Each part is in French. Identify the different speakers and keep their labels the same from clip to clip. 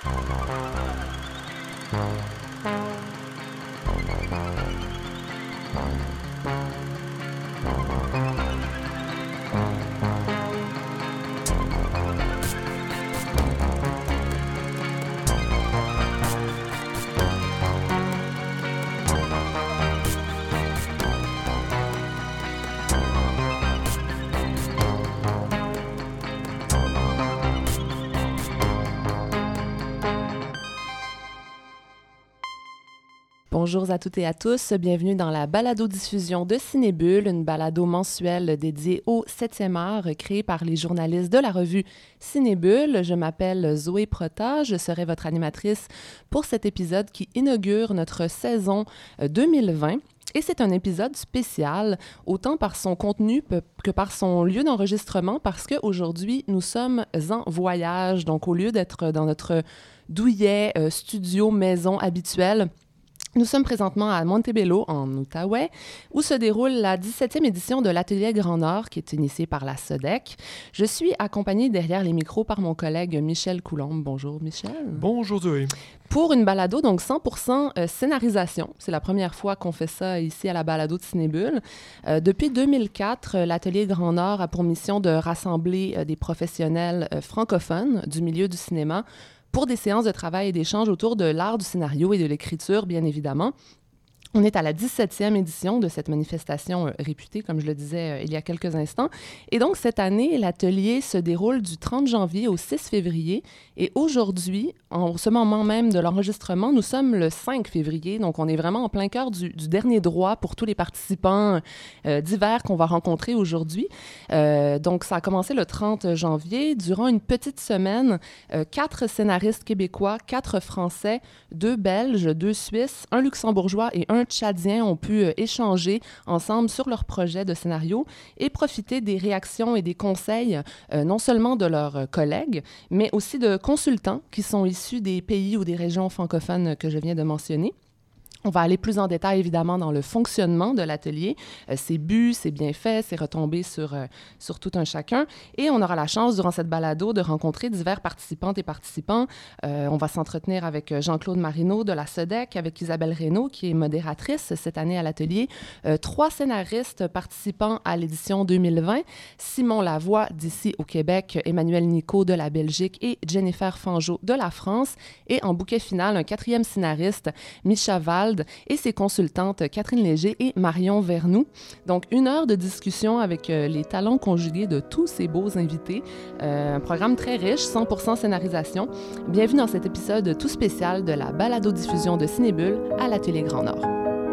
Speaker 1: Bonjour à toutes et à tous, bienvenue dans la balado-diffusion de Cinébule, une balado mensuelle dédiée au 7e art créée par les journalistes de la revue Cinébule. Je m'appelle Zoé Prota, je serai votre animatrice pour cet épisode qui inaugure notre saison 2020. Et c'est un épisode spécial, autant par son contenu que par son lieu d'enregistrement, parce qu'aujourd'hui, nous sommes en voyage. Donc, au lieu d'être dans notre douillet studio maison habituel, nous sommes présentement à Montebello, en Outaouais, où se déroule la 17e édition de l'Atelier Grand Nord, qui est initiée par la SODEC. Je suis accompagnée derrière les micros par mon collègue Michel Coulombe. Bonjour, Michel.
Speaker 2: Bonjour, Zoé.
Speaker 1: Pour une balado, donc 100% scénarisation. C'est la première fois qu'on fait ça ici à la balado de Cinébule. Depuis 2004, l'Atelier Grand Nord a pour mission de rassembler des professionnels francophones du milieu du cinéma pour des séances de travail et d'échange autour de l'art du scénario et de l'écriture, bien évidemment. On est à la 17e édition de cette manifestation réputée, comme je le disais il y a quelques instants. Et donc, cette année, l'atelier se déroule du 30 janvier au 6 février. Et aujourd'hui, en ce moment même de l'enregistrement, nous sommes le 5 février. Donc, on est vraiment en plein cœur du dernier droit pour tous les participants divers qu'on va rencontrer aujourd'hui. Donc, ça a commencé le 30 janvier. Durant une petite semaine, 4 scénaristes québécois, 4 Français, 2 Belges, 2 Suisses, 1 Luxembourgeois et 1 Tchadiens ont pu échanger ensemble sur leurs projets de scénario et profiter des réactions et des conseils non seulement de leurs collègues, mais aussi de consultants qui sont issus des pays ou des régions francophones que je viens de mentionner. On va aller plus en détail, évidemment, dans le fonctionnement de l'atelier, ses buts, ses bienfaits, ses retombées sur tout un chacun. Et on aura la chance, durant cette balado, de rencontrer divers participantes et participants. On va s'entretenir avec Jean-Claude Marino de la SODEC, avec Isabelle Reynaud, qui est modératrice cette année à l'atelier, 3 scénaristes participants à l'édition 2020, Simon Lavoie d'ici au Québec, Emmanuel Nico de la Belgique et Jennifer Fangeau de la France. Et en bouquet final, un 4e scénariste, Micha Valde, et ses consultantes Catherine Léger et Marion Vernoux. Donc, 1 heure de discussion avec les talents conjugués de tous ces beaux invités. Un programme très riche, 100% scénarisation. Bienvenue dans cet épisode tout spécial de la balado-diffusion de Cinébule à l'Atelier Grand Nord.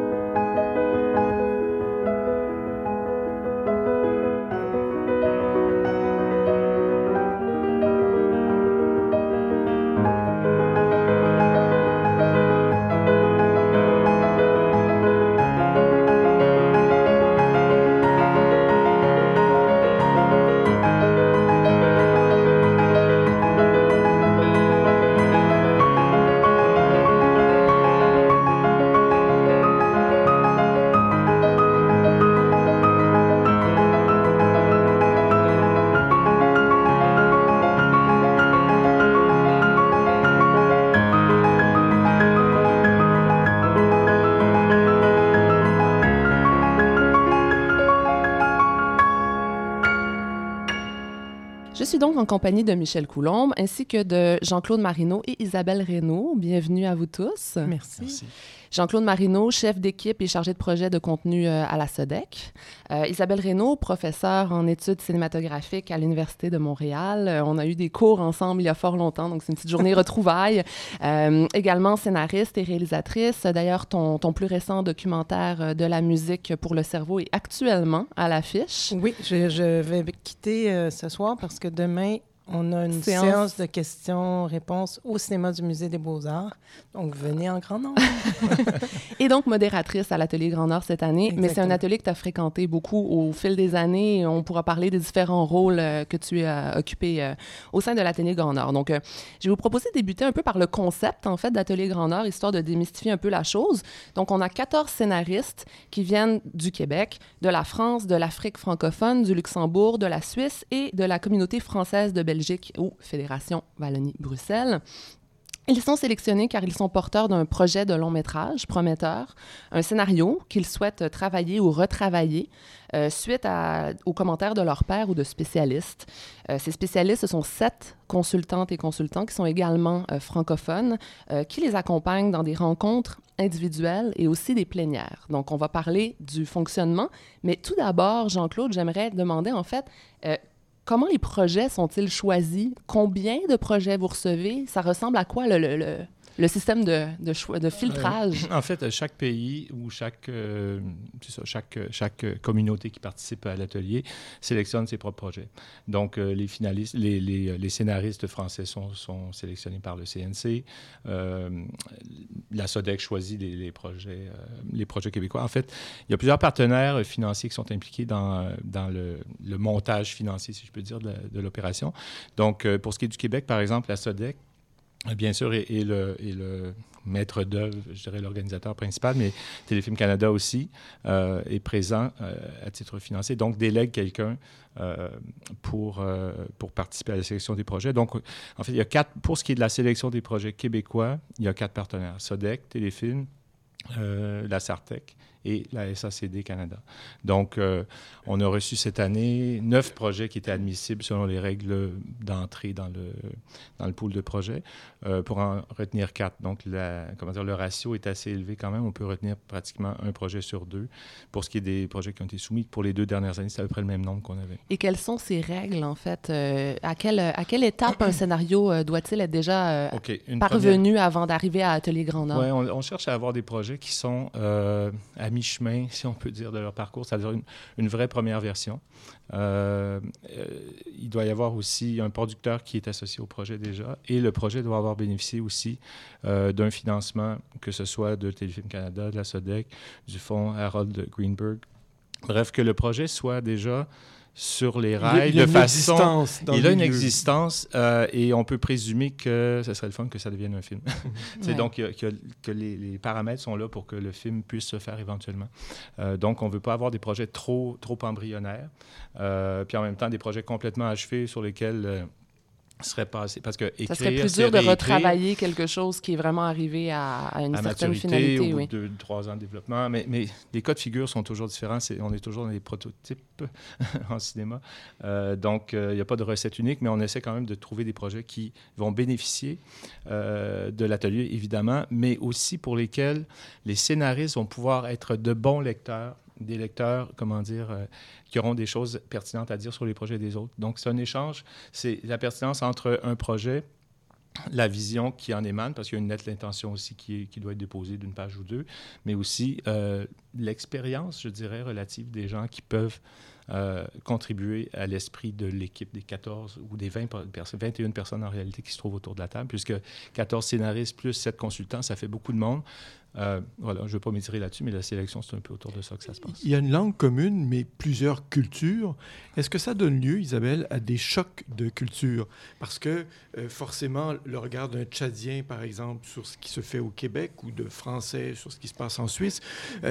Speaker 1: Je suis donc en compagnie de Michel Coulombe ainsi que de Jean-Claude Marino et Isabelle Reynaud. Bienvenue à vous tous.
Speaker 2: Merci.
Speaker 1: Jean-Claude Marino, chef d'équipe et chargé de projet de contenu à la SODEC. Isabelle Reynaud, professeure en études cinématographiques à l'Université de Montréal. On a eu des cours ensemble il y a fort longtemps, donc c'est une petite journée retrouvailles. Également scénariste et réalisatrice. D'ailleurs, ton plus récent documentaire de la musique pour le cerveau est actuellement à l'affiche.
Speaker 3: Oui, je vais quitter ce soir parce que demain, on a une séance de questions-réponses au cinéma du Musée des Beaux-Arts. Donc, venez en grand nombre.
Speaker 1: Et donc, modératrice à l'Atelier Grand Nord cette année.
Speaker 3: Exactement.
Speaker 1: Mais c'est un atelier que tu as fréquenté beaucoup au fil des années. On pourra parler des différents rôles que tu as occupés au sein de l'Atelier Grand Nord. Donc, je vais vous proposer de débuter un peu par le concept, en fait, d'Atelier Grand Nord, histoire de démystifier un peu la chose. Donc, on a 14 scénaristes qui viennent du Québec, de la France, de l'Afrique francophone, du Luxembourg, de la Suisse et de la communauté française de Belgique ou Fédération Wallonie-Bruxelles. Ils sont sélectionnés car ils sont porteurs d'un projet de long métrage prometteur, un scénario qu'ils souhaitent travailler ou retravailler suite aux commentaires de leurs pairs ou de spécialistes. Ces spécialistes, ce sont 7 consultantes et consultants qui sont également francophones, qui les accompagnent dans des rencontres individuelles et aussi des plénières. Donc, on va parler du fonctionnement, mais tout d'abord, Jean-Claude, j'aimerais demander en fait... comment les projets sont-ils choisis? Combien de projets vous recevez? Ça ressemble à quoi le système de filtrage?
Speaker 2: En fait, chaque pays ou chaque communauté qui participe à l'atelier sélectionne ses propres projets. Donc, les finalistes, les scénaristes français sont sélectionnés par le CNC. La SODEC choisit les projets québécois. En fait, il y a plusieurs partenaires financiers qui sont impliqués dans le montage financier, si je peux dire, de l'opération. Donc, pour ce qui est du Québec, par exemple, la SODEC, bien sûr, est le maître d'œuvre, je dirais l'organisateur principal, mais Téléfilm Canada aussi est présent à titre financier, donc délègue quelqu'un pour participer à la sélection des projets. Donc, en fait, il y a 4, pour ce qui est de la sélection des projets québécois, il y a 4 partenaires, SODEC, Téléfilm, la SARTEC et la SACD Canada. Donc, on a reçu cette année 9 projets qui étaient admissibles selon les règles d'entrée dans le pool de projets, pour en retenir 4. Donc, le ratio est assez élevé quand même. On peut retenir pratiquement un projet sur 2. Pour ce qui est des projets qui ont été soumis, pour les 2 dernières années, c'est à peu près le même nombre qu'on avait.
Speaker 1: Et quelles sont ces règles, en fait? À quelle étape un scénario doit-il être déjà parvenu avant d'arriver à Atelier Grand Nord?
Speaker 2: Oui, on cherche à avoir des projets qui sont à mi-chemin, si on peut dire, de leur parcours, c'est-à-dire une vraie première version. Il doit y avoir aussi un producteur qui est associé au projet déjà, et le projet doit avoir bénéficié aussi d'un financement, que ce soit de Téléfilm Canada, de la SODEC, du fonds Harold Greenberg. Bref, que le projet soit déjà sur les rails de façon... Il a une existence et on peut présumer que ce serait le fun que ça devienne un film. Ouais. Donc, que les paramètres sont là pour que le film puisse se faire éventuellement. Donc, on ne veut pas avoir des projets trop embryonnaires, puis en même temps des projets complètement achevés sur lesquels... serait passé, parce que écrire,
Speaker 1: ça serait plus dur de retravailler quelque chose qui est vraiment arrivé à une certaine finalité.
Speaker 2: Au bout de 2-3 ans de développement. Mais les cas de figure sont toujours différents. On est toujours dans les prototypes en cinéma. Donc, il n'y a pas de recette unique, mais on essaie quand même de trouver des projets qui vont bénéficier de l'atelier, évidemment, mais aussi pour lesquels les scénaristes vont pouvoir être de bons lecteurs, des lecteurs, qui auront des choses pertinentes à dire sur les projets des autres. Donc, c'est un échange. C'est la pertinence entre un projet, la vision qui en émane, parce qu'il y a une lettre d'intention aussi qui doit être déposée d'une page ou 2, mais aussi l'expérience, je dirais, relative des gens qui peuvent contribuer à l'esprit de l'équipe des 14 ou des 21 personnes en réalité qui se trouvent autour de la table, puisque 14 scénaristes plus 7 consultants, ça fait beaucoup de monde. Voilà, je ne veux pas m'étirer là-dessus, mais la sélection, c'est un peu autour de ça que ça se passe.
Speaker 4: Il y a une langue commune, mais plusieurs cultures. Est-ce que ça donne lieu, Isabelle, à des chocs de culture? Parce que forcément, le regard d'un Tchadien, par exemple, sur ce qui se fait au Québec, ou de Français sur ce qui se passe en Suisse,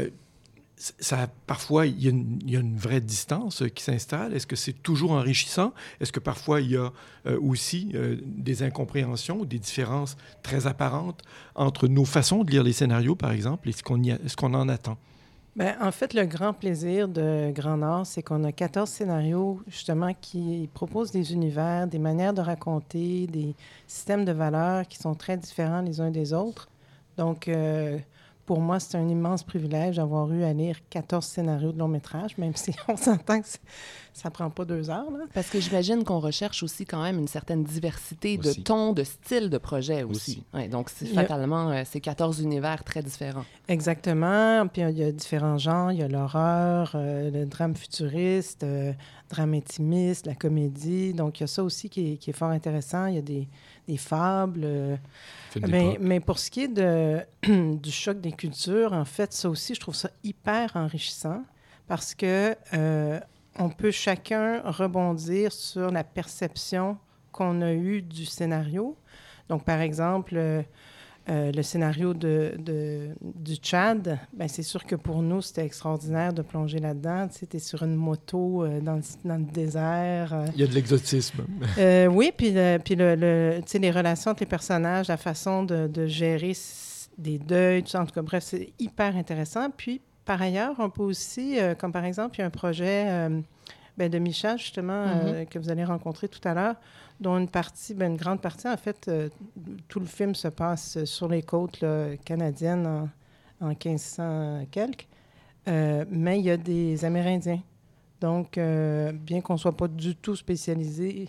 Speaker 4: parfois, il y a une vraie distance qui s'installe. Est-ce que c'est toujours enrichissant? Est-ce que parfois, il y a aussi des incompréhensions, des différences très apparentes entre nos façons de lire les scénarios, par exemple, et ce qu'on en attend?
Speaker 3: Bien, en fait, le grand plaisir de Grand Nord, c'est qu'on a 14 scénarios, justement, qui proposent des univers, des manières de raconter, des systèmes de valeurs qui sont très différents les uns des autres. Donc, pour moi, c'est un immense privilège d'avoir eu à lire 14 scénarios de long métrage, même si on s'entend que ça ne prend pas 2 heures. Là.
Speaker 1: Parce que j'imagine qu'on recherche aussi quand même une certaine diversité de tons, de styles de projet aussi. Ouais, donc, fatalement, c'est 14 univers très différents.
Speaker 3: Exactement. Puis, il y a différents genres. Il y a l'horreur, le drame futuriste, drame intimiste, la comédie. Donc, il y a ça aussi qui est fort intéressant. Il y a des fables. Mais pour ce qui est du choc des cultures, en fait, ça aussi, je trouve ça hyper enrichissant parce que on peut chacun rebondir sur la perception qu'on a eue du scénario. Donc, par exemple, le scénario du Tchad, ben c'est sûr que pour nous, c'était extraordinaire de plonger là-dedans. Tu sais, t'es sur une moto dans le désert.
Speaker 4: Il y a de l'exotisme.
Speaker 3: Oui, puis tu sais, les relations entre les personnages, la façon de gérer des deuils, tout ça. En tout cas, bref, c'est hyper intéressant. Puis, par ailleurs, on peut aussi, comme par exemple, il y a un projet de Micha, justement, que vous allez rencontrer tout à l'heure, dont une grande partie, en fait, tout le film se passe sur les côtes là, canadiennes en 1500 quelques. Mais il y a des Amérindiens. Donc, bien qu'on ne soit pas du tout spécialisé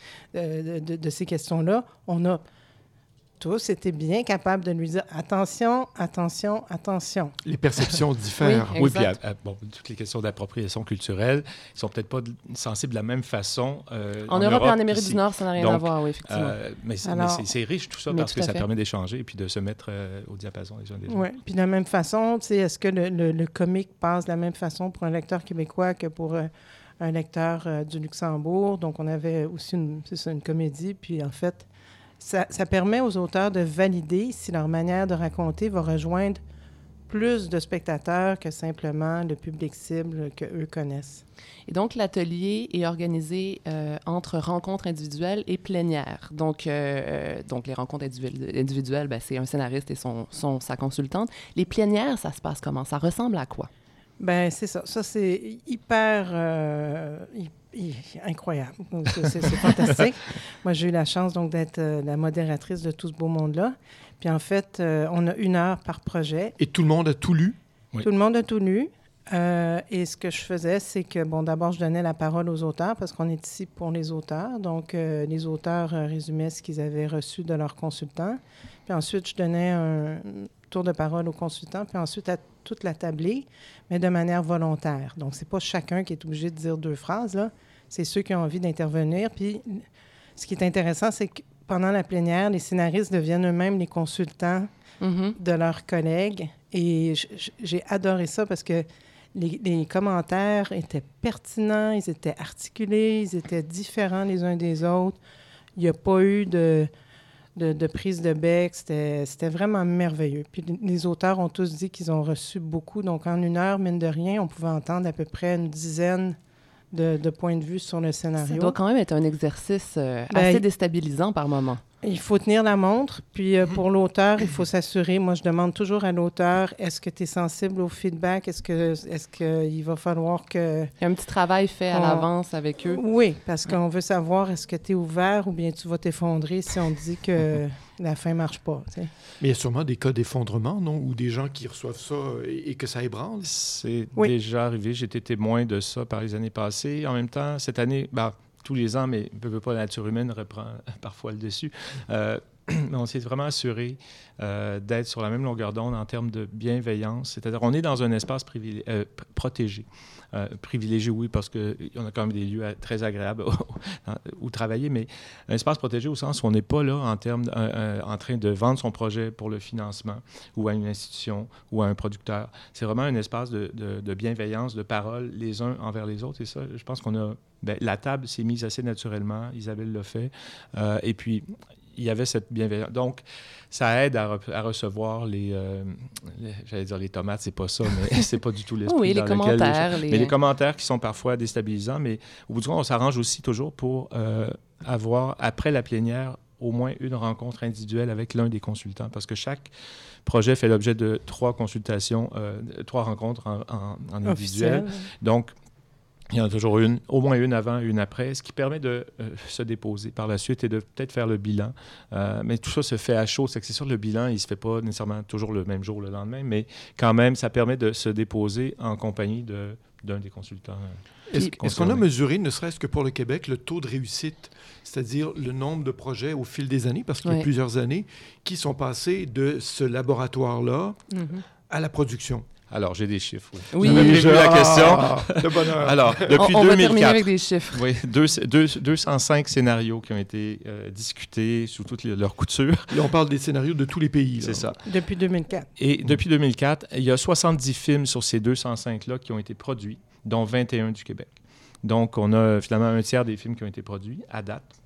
Speaker 3: de ces questions-là, on a tous été bien capables de lui dire « Attention, attention, attention ».
Speaker 4: Les perceptions diffèrent.
Speaker 2: Oui, puis toutes les questions d'appropriation culturelle ne sont peut-être pas sensibles de la même façon
Speaker 1: en Europe et en Amérique du Nord, ça n'a rien à voir, oui, effectivement.
Speaker 2: Mais c'est riche tout ça parce que ça permet d'échanger et puis de se mettre au diapason les uns des autres.
Speaker 3: Oui, puis de la même façon, tu sais, est-ce que le comique passe de la même façon pour un lecteur québécois que pour un lecteur du Luxembourg? Donc, on avait aussi une comédie, puis en fait... Ça permet aux auteurs de valider si leur manière de raconter va rejoindre plus de spectateurs que simplement le public cible qu'eux connaissent.
Speaker 1: Et donc, l'atelier est organisé entre rencontres individuelles et plénières. Donc les rencontres individuelles, ben, c'est un scénariste et sa consultante. Les plénières, ça se passe comment? Ça ressemble à quoi?
Speaker 3: Ben c'est ça. Ça, c'est hyper incroyable. C'est fantastique. Moi, j'ai eu la chance donc d'être la modératrice de tout ce beau monde-là. Puis en fait, on a 1 heure par projet.
Speaker 4: Et tout le monde a tout lu?
Speaker 2: Oui.
Speaker 3: Tout le monde a tout lu. Et ce que je faisais, c'est que, d'abord, je donnais la parole aux auteurs parce qu'on est ici pour les auteurs. Donc, les auteurs résumaient ce qu'ils avaient reçu de leurs consultants. Puis ensuite, je donnais un tour de parole aux consultants, puis ensuite à toute la tablée, mais de manière volontaire. Donc, c'est pas chacun qui est obligé de dire 2 phrases, là. C'est ceux qui ont envie d'intervenir. Puis, ce qui est intéressant, c'est que pendant la plénière, les scénaristes deviennent eux-mêmes les consultants de leurs collègues. Et j'ai adoré ça parce que les commentaires étaient pertinents, ils étaient articulés, ils étaient différents les uns des autres. Il n'y a pas eu de prise de bec. C'était vraiment merveilleux. Puis les auteurs ont tous dit qu'ils ont reçu beaucoup. Donc, en 1 heure, mine de rien, on pouvait entendre à peu près une dizaine de points de vue sur le scénario.
Speaker 1: Ça doit quand même être un exercice assez déstabilisant par moment.
Speaker 3: Il faut tenir la montre. Puis pour l'auteur, il faut s'assurer. Moi, je demande toujours à l'auteur, est-ce que tu es sensible au feedback? Est-ce qu'il va falloir que...
Speaker 1: Il y a un petit travail fait à l'avance avec eux.
Speaker 3: Oui, parce qu'on veut savoir, est-ce que tu es ouvert ou bien tu vas t'effondrer si on te dit que la fin ne marche pas. Tu sais.
Speaker 4: Mais il y a sûrement des cas d'effondrement, non? Ou des gens qui reçoivent ça et que ça ébranle?
Speaker 2: C'est déjà arrivé. J'ai été témoin de ça par les années passées. En même temps, cette année... tous les ans, mais ne peut pas, la nature humaine reprend parfois le dessus. On s'est vraiment assuré d'être sur la même longueur d'onde en termes de bienveillance. C'est-à-dire, on est dans un espace protégé. Privilégié, oui, parce qu'on a quand même des lieux très agréables où travailler, mais un espace protégé au sens où on n'est pas là en train de vendre son projet pour le financement ou à une institution ou à un producteur. C'est vraiment un espace de bienveillance, de parole les uns envers les autres. Et ça, je pense qu'on a... la table s'est mise assez naturellement. Isabelle l'a fait. Et puis, il y avait cette bienveillance. Donc, ça aide à recevoir j'allais dire les tomates, c'est pas ça, mais c'est pas du tout l'esprit
Speaker 1: oui,
Speaker 2: dans
Speaker 1: les commentaires.
Speaker 2: Mais les commentaires qui sont parfois déstabilisants, mais au bout du compte, on s'arrange aussi toujours pour avoir, après la plénière, au moins une rencontre individuelle avec l'un des consultants, parce que chaque projet fait l'objet de 3 consultations, 3 rencontres en individuel. Donc, il y en a toujours au moins une avant, une après, ce qui permet de se déposer par la suite et de peut-être faire le bilan. Mais tout ça se fait à chaud. C'est sûr, le bilan, il ne se fait pas nécessairement toujours le même jour, le lendemain, mais quand même, ça permet de se déposer en compagnie d'un des consultants.
Speaker 4: Est-ce qu'on a mesuré, ne serait-ce que pour le Québec, le taux de réussite, c'est-à-dire le nombre de projets au fil des années, parce qu'il y a plusieurs années, qui sont passés de ce laboratoire-là à la production?
Speaker 2: Alors, j'ai des chiffres.
Speaker 1: Oui,
Speaker 2: j'ai vu la question.
Speaker 4: De bonheur.
Speaker 2: Alors, depuis
Speaker 1: on
Speaker 2: 2004,
Speaker 1: va terminer avec des chiffres.
Speaker 2: Oui, 205 scénarios qui ont été discutés sous toutes leurs coutures.
Speaker 4: Là, on parle des scénarios de tous les pays.
Speaker 2: C'est ça.
Speaker 3: Depuis 2004.
Speaker 2: Et depuis 2004, il y a 70 films sur ces 205-là qui ont été produits, dont 21 du Québec. Donc, on a finalement un tiers des films qui ont été produits à date.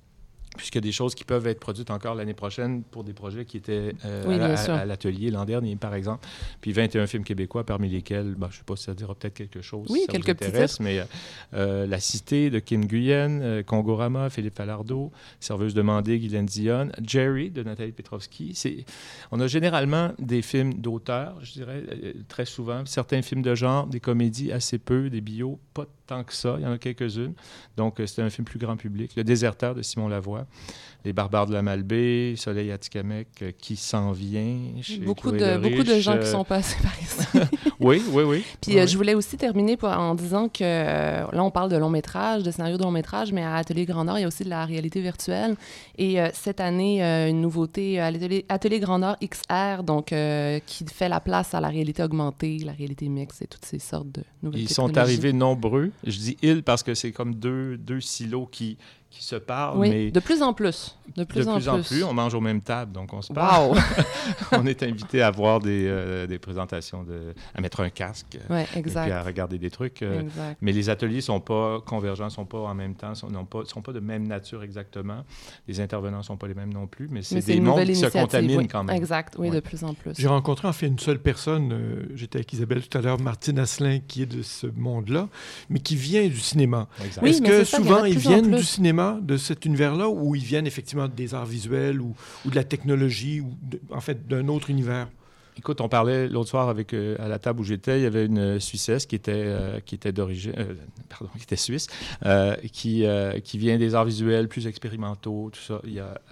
Speaker 2: puisqu'il y a des choses qui peuvent être produites encore l'année prochaine pour des projets qui étaient à l'atelier l'an dernier, par exemple. Puis 21 films québécois, parmi lesquels, je ne sais pas si ça dira peut-être quelque chose,
Speaker 1: oui,
Speaker 2: si ça vous intéresse, mais La Cité de Kim Nguyen, Congorama, Philippe Falardeau, Serveuse demandée, Guylaine Dionne, Jerry de Nathalie Petrovski. On a généralement des films d'auteurs, je dirais, très souvent, certains films de genre, des comédies assez peu, des bios, pas tant que ça, il y en a quelques-unes. Donc, c'est un film plus grand public. Le Déserteur de Simon Lavoie, Les Barbares de la Malbaie, Soleil Atikamek, qui s'en vient chez
Speaker 1: beaucoup de gens qui sont passés par ici.
Speaker 2: Oui.
Speaker 1: Puis je voulais aussi terminer en disant que là, on parle de long métrage, de scénario de long métrage, mais à Atelier Grand Nord, il y a aussi de la réalité virtuelle. Et cette année, une nouveauté à Atelier Grand Nord XR, donc qui fait la place à la réalité augmentée, la réalité mixte et toutes ces sortes de nouvelles technologies.
Speaker 2: Ils sont arrivés nombreux. Je dis « ils » parce que c'est comme deux silos qui se parlent.
Speaker 1: Oui,
Speaker 2: mais
Speaker 1: de plus en plus. De plus en plus.
Speaker 2: On mange aux mêmes tables, donc on se parle.
Speaker 1: Wow.
Speaker 2: On est invité à voir des présentations, à mettre un casque et puis à regarder des trucs. Mais les ateliers ne sont pas convergents, ne sont pas en même temps, ne sont pas de même nature exactement. Les intervenants ne sont pas les mêmes non plus, mais c'est des mondes qui se contaminent quand même.
Speaker 1: Exact, oui, de plus en plus.
Speaker 4: J'ai rencontré en fait une seule personne, j'étais avec Isabelle tout à l'heure, Martine Asselin, qui est de ce monde-là, mais qui vient du cinéma.
Speaker 2: Exact.
Speaker 1: Oui,
Speaker 4: est-ce que souvent ils viennent
Speaker 1: du
Speaker 4: cinéma, de cet univers-là, ou ils viennent effectivement des arts visuels ou de la technologie, ou en fait d'un autre univers?
Speaker 2: Écoute, on parlait l'autre soir à la table où j'étais, il y avait une Suissesse qui était d'origine, qui était suisse, qui vient des arts visuels plus expérimentaux, tout ça. Il y a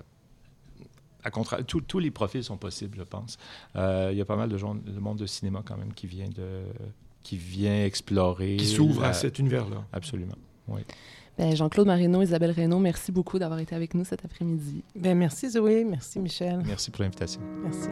Speaker 2: tous les profils sont possibles, je pense. Il y a pas mal de monde de cinéma quand même qui vient explorer.
Speaker 4: Qui s'ouvre à cet univers-là.
Speaker 2: Absolument, oui.
Speaker 1: Jean-Claude Marino, Isabelle Reynaud, merci beaucoup d'avoir été avec nous cet après-midi.
Speaker 3: Merci Zoé, merci Michel.
Speaker 2: Merci pour l'invitation.
Speaker 3: Merci.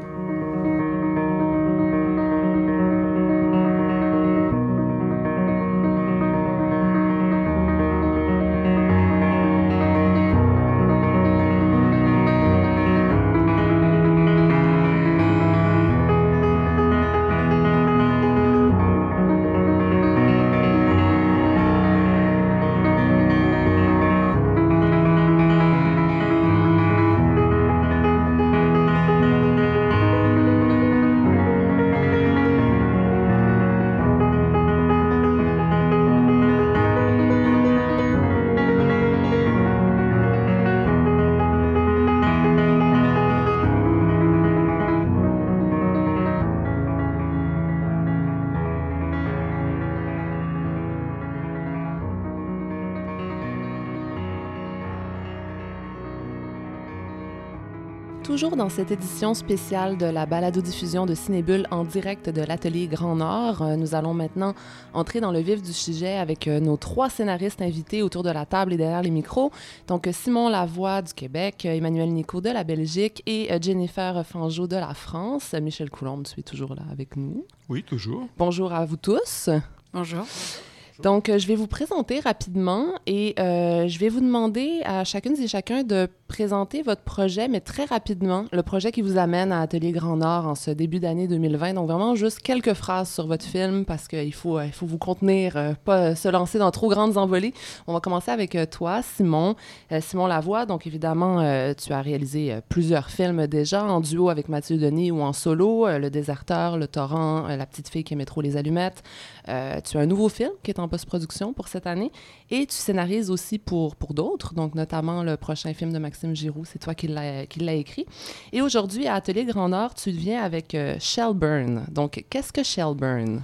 Speaker 1: Toujours dans cette édition spéciale de la balado-diffusion de Cinébule en direct de l'Atelier Grand Nord, nous allons maintenant entrer dans le vif du sujet avec nos 3 scénaristes invités autour de la table et derrière les micros. Donc Simon Lavoie du Québec, Emmanuel Nicot de la Belgique et Jennifer Fangeau de la France. Michel Coulombe, tu es toujours là avec nous.
Speaker 4: Oui, toujours.
Speaker 1: Bonjour à vous tous.
Speaker 5: Bonjour.
Speaker 1: Donc, je vais vous présenter rapidement et je vais vous demander à chacune et chacun de présenter votre projet, mais très rapidement, le projet qui vous amène à Atelier Grand Nord en ce début d'année 2020. Donc, vraiment juste quelques phrases sur votre film parce qu'il faut vous contenir, pas se lancer dans trop grandes envolées. On va commencer avec toi, Simon. Simon Lavoie, donc évidemment, tu as réalisé plusieurs films déjà en duo avec Mathieu Denis ou en solo, Le Déserteur, Le Torrent, La petite fille qui aimait trop les allumettes. Tu as un nouveau film qui est en post-production pour cette année et tu scénarises aussi pour d'autres, donc notamment le prochain film de Maxime Giroux, c'est toi qui l'as écrit. Et aujourd'hui, à Atelier Grand Nord, tu viens avec Shelburne. Donc, qu'est-ce que Shelburne?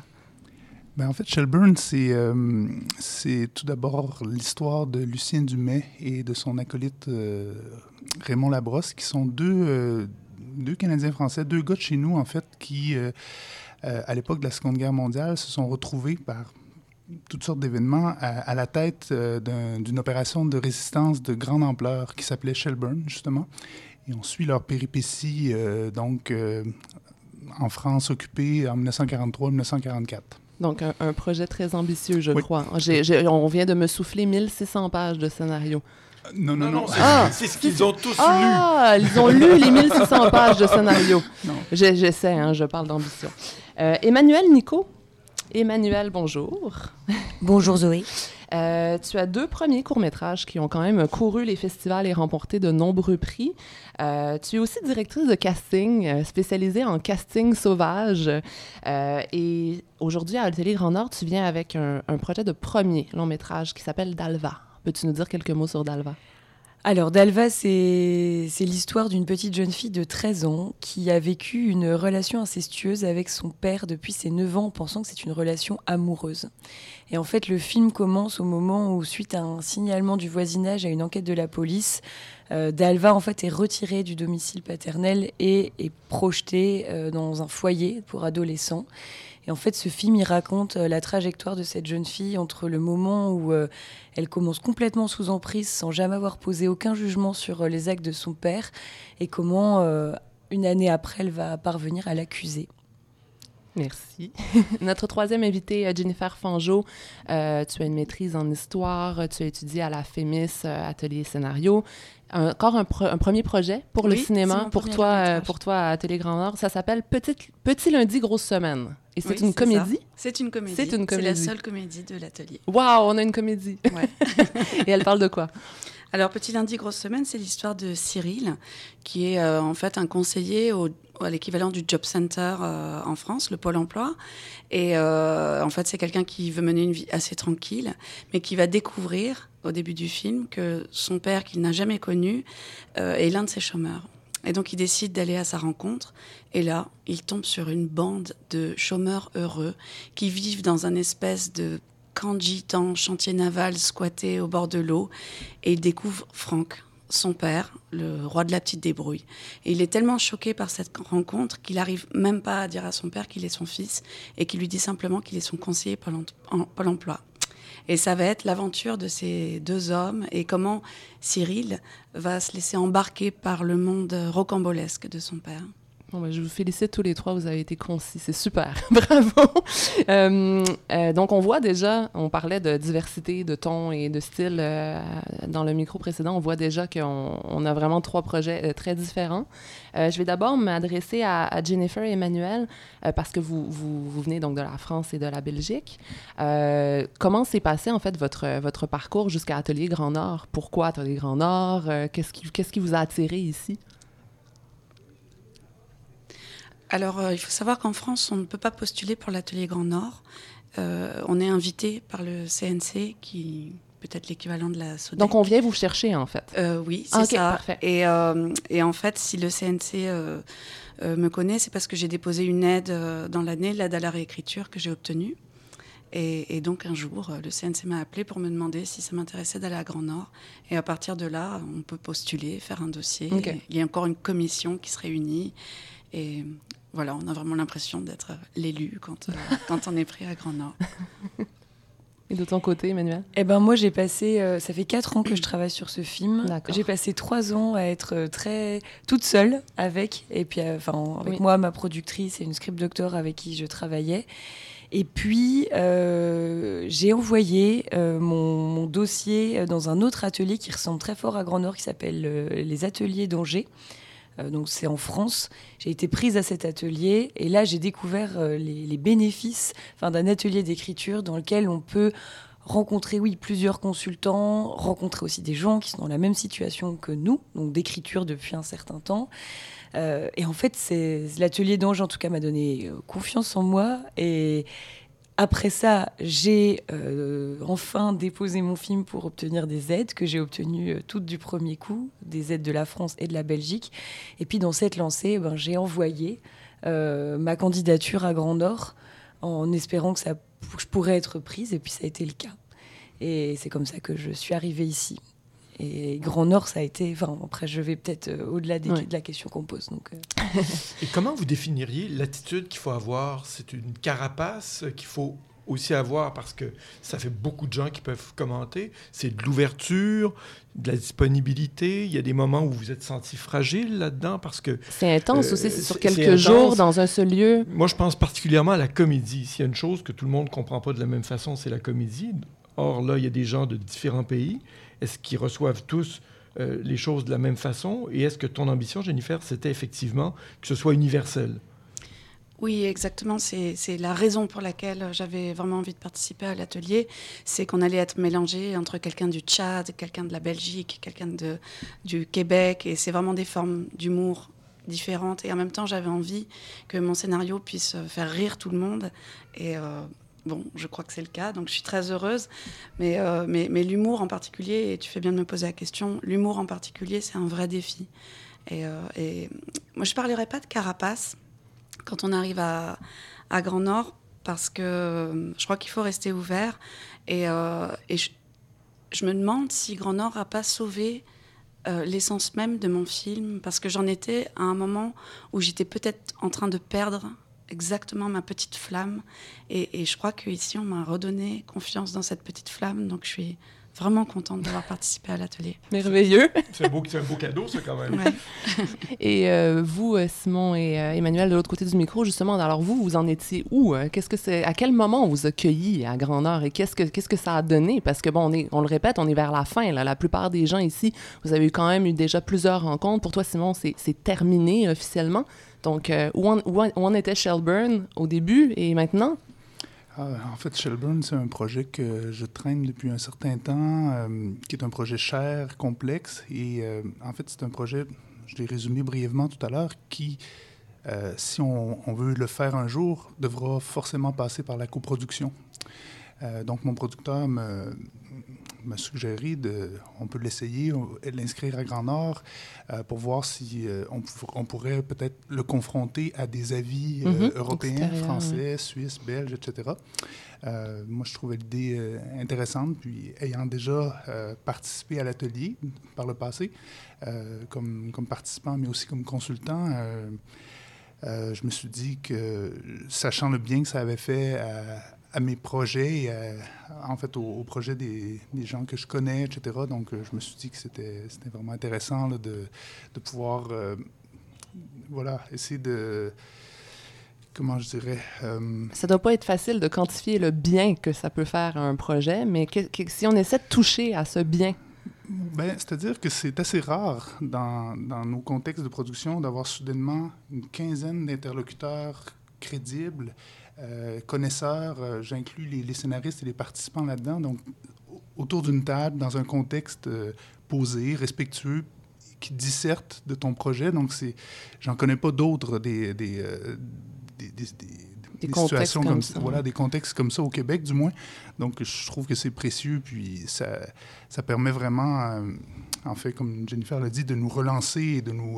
Speaker 6: En fait, Shelburne, c'est tout d'abord l'histoire de Lucien Dumais et de son acolyte Raymond Labrosse, qui sont deux Canadiens français, 2 gars de chez nous, en fait, qui, à l'époque de la Seconde Guerre mondiale, se sont retrouvés par toutes sortes d'événements à la tête d'une opération de résistance de grande ampleur qui s'appelait Shelburne, justement. Et on suit leur péripétie, en France occupée en 1943-1944.
Speaker 1: Donc, un projet très ambitieux, je crois. On vient de me souffler 1600 pages de scénario.
Speaker 6: Non.
Speaker 4: C'est ce qu'ils ont tous lu.
Speaker 1: Ah, ils ont lu les 1600 pages de scénario. J'essaie, je parle d'ambition. Emmanuel Nicot. Emmanuel, bonjour.
Speaker 5: Bonjour Zoé.
Speaker 1: Tu as 2 premiers courts-métrages qui ont quand même couru les festivals et remporté de nombreux prix. Tu es aussi directrice de casting, spécialisée en casting sauvage. Et aujourd'hui, à Atelier Grand Nord, tu viens avec un projet de premier long-métrage qui s'appelle Dalva. Peux-tu nous dire quelques mots sur Dalva?
Speaker 5: Alors, Dalva, c'est l'histoire d'une petite jeune fille de 13 ans qui a vécu une relation incestueuse avec son père depuis ses 9 ans, en pensant que c'est une relation amoureuse. Et en fait, le film commence au moment où, suite à un signalement du voisinage à une enquête de la police, Dalva, en fait, est retirée du domicile paternel et est projetée dans un foyer pour adolescents. Et en fait, ce film, il raconte la trajectoire de cette jeune fille entre le moment où elle commence complètement sous emprise, sans jamais avoir posé aucun jugement sur les actes de son père, et comment, une année après, elle va parvenir à l'accuser.
Speaker 1: Merci. Notre troisième invitée, Jennifer Fangeau. Tu as une maîtrise en histoire, tu as étudié à la FEMIS, atelier scénario. Encore un premier projet pour le cinéma, pour toi à Atelier Grand Nord. Ça s'appelle Petit lundi, grosse semaine. Et c'est une comédie?
Speaker 7: C'est une comédie. C'est la seule comédie de l'atelier.
Speaker 1: Waouh, on a une comédie. Ouais. Et elle parle de quoi?
Speaker 7: Alors, Petit lundi, grosse semaine, c'est l'histoire de Cyril, qui est en fait un conseiller à l'équivalent du Job Center en France, le Pôle emploi. Et en fait, c'est quelqu'un qui veut mener une vie assez tranquille, mais qui va découvrir au début du film que son père, qu'il n'a jamais connu, est l'un de ses chômeurs. Et donc, il décide d'aller à sa rencontre. Et là, il tombe sur une bande de chômeurs heureux qui vivent dans un espèce de camp de gitans, chantier naval squatté au bord de l'eau. Et il découvre Franck, son père, le roi de la petite débrouille. Et il est tellement choqué par cette rencontre qu'il n'arrive même pas à dire à son père qu'il est son fils et qu'il lui dit simplement qu'il est son conseiller Pôle emploi. Et ça va être l'aventure de ces deux hommes et comment Cyril va se laisser embarquer par le monde rocambolesque de son père.
Speaker 1: Bon, ben, je vous félicite tous les trois, vous avez été concis, c'est super, bravo. Donc on voit déjà, on parlait de diversité, de ton et de style dans le micro précédent, on voit déjà qu'on a vraiment 3 projets très différents. Je vais d'abord m'adresser à Jennifer et Emmanuel parce que vous venez donc de la France et de la Belgique. Comment s'est passé en fait votre parcours jusqu'à Atelier Grand Nord? Pourquoi Atelier Grand Nord? Qu'est-ce qui vous a attiré ici?
Speaker 7: Alors, il faut savoir qu'en France, on ne peut pas postuler pour l'Atelier Grand Nord. On est invité par le CNC, qui peut-être l'équivalent de la SODEC.
Speaker 1: Donc, on vient vous chercher, en fait.
Speaker 7: Oui, c'est ça.
Speaker 1: Parfait.
Speaker 7: Et en fait, si le CNC me connaît, c'est parce que j'ai déposé une aide dans l'année, l'aide à la réécriture que j'ai obtenue. Et donc, un jour, le CNC m'a appelé pour me demander si ça m'intéressait d'aller à Grand Nord. Et à partir de là, on peut postuler, faire un dossier.
Speaker 1: Okay.
Speaker 7: Il y a encore une commission qui se réunit. Et voilà, on a vraiment l'impression d'être l'élu quand on est pris à Grand Nord.
Speaker 1: Et de ton côté, Emmanuel?
Speaker 5: Eh ben moi, j'ai passé... ça fait 4 ans que je travaille sur ce film.
Speaker 1: D'accord.
Speaker 5: J'ai passé 3 ans à être toute seule avec. Et puis, avec moi, ma productrice et une script doctor avec qui je travaillais. Et puis, j'ai envoyé mon dossier dans un autre atelier qui ressemble très fort à Grand Nord, qui s'appelle les Ateliers d'Angers. Donc c'est en France. J'ai été prise à cet atelier et là j'ai découvert les bénéfices d'un atelier d'écriture dans lequel on peut rencontrer plusieurs consultants, rencontrer aussi des gens qui sont dans la même situation que nous, donc d'écriture depuis un certain temps. Et en fait, l'atelier d'Angers en tout cas m'a donné confiance en moi et après ça, j'ai enfin déposé mon film pour obtenir des aides que j'ai obtenues toutes du premier coup, des aides de la France et de la Belgique. Et puis dans cette lancée, j'ai envoyé ma candidature à Grand Nord en espérant que je pourrais être prise. Et puis ça a été le cas. Et c'est comme ça que je suis arrivée ici. Et Grand Nord, ça a été... après, je vais peut-être au-delà de la question qu'on pose. Donc,
Speaker 4: Et comment vous définiriez l'attitude qu'il faut avoir? C'est une carapace qu'il faut aussi avoir parce que ça fait beaucoup de gens qui peuvent commenter. C'est de l'ouverture, de la disponibilité. Il y a des moments où vous êtes senti fragile là-dedans parce que...
Speaker 1: C'est intense aussi, c'est sur quelques jours dans un seul lieu.
Speaker 4: Moi, je pense particulièrement à la comédie. S'il y a une chose que tout le monde ne comprend pas de la même façon, c'est la comédie. Or, là, il y a des gens de différents pays. Est-ce qu'ils reçoivent tous les choses de la même façon? Et est-ce que ton ambition, Jennifer, c'était effectivement que ce soit universel?
Speaker 7: Oui, exactement. C'est la raison pour laquelle j'avais vraiment envie de participer à l'atelier. C'est qu'on allait être mélangé entre quelqu'un du Tchad, quelqu'un de la Belgique, quelqu'un du Québec. Et c'est vraiment des formes d'humour différentes. Et en même temps, j'avais envie que mon scénario puisse faire rire tout le monde. Et bon, je crois que c'est le cas. Donc, je suis très heureuse. Mais l'humour en particulier, et tu fais bien de me poser la question, l'humour en particulier, c'est un vrai défi. Et moi, je ne parlerai pas de carapace quand on arrive à Grand Nord, parce que je crois qu'il faut rester ouvert. Et je me demande si Grand Nord n'a pas sauvé l'essence même de mon film, parce que j'en étais à un moment où j'étais peut-être en train de perdre exactement ma petite flamme. Et je crois qu'ici, on m'a redonné confiance dans cette petite flamme. Donc, je suis vraiment contente d'avoir participé à l'atelier.
Speaker 1: Merveilleux.
Speaker 4: C'est un beau cadeau, ça, quand même.
Speaker 7: Ouais.
Speaker 1: Et vous, Simon et Emmanuel, de l'autre côté du micro, justement, alors vous en étiez où? À quel moment on vous a cueillis à Grand Nord et qu'est-ce que ça a donné? Parce que, bon, on le répète, on est vers la fin, là. La plupart des gens ici, vous avez quand même eu déjà plusieurs rencontres. Pour toi, Simon, c'est terminé officiellement. Donc, où en était Shelburne au début et maintenant?
Speaker 6: En fait, Shelburne, c'est un projet que je traîne depuis un certain temps, qui est un projet cher, complexe. Et en fait, c'est un projet, je l'ai résumé brièvement tout à l'heure, qui, si on veut le faire un jour, devra forcément passer par la coproduction. Donc, mon producteur m'a suggéré on peut l'essayer, l'inscrire à Grand Nord pour voir si on pourrait peut-être le confronter à des avis européens, français, suisses, belges, etc. Moi, je trouvais l'idée intéressante, puis ayant déjà participé à l'atelier par le passé, comme participant, mais aussi comme consultant, je me suis dit que, sachant le bien que ça avait fait à mes projets, en fait, aux projets des gens que je connais, etc. Donc, je me suis dit que c'était vraiment intéressant là, de pouvoir, essayer de... Comment je dirais...
Speaker 1: Ça doit pas être facile de quantifier le bien que ça peut faire à un projet, mais si on essaie de toucher à ce bien...
Speaker 6: C'est-à-dire que c'est assez rare dans nos contextes de production d'avoir soudainement une quinzaine d'interlocuteurs crédibles, connaisseurs, j'inclus les scénaristes et les participants là-dedans, donc autour d'une table, dans un contexte posé, respectueux, qui disserte de ton projet. Donc, j'en connais pas d'autres des situations comme ça. Voilà, des contextes comme ça au Québec, du moins. Donc, je trouve que c'est précieux, puis ça permet vraiment, en fait, comme Jennifer l'a dit, de nous relancer et de nous...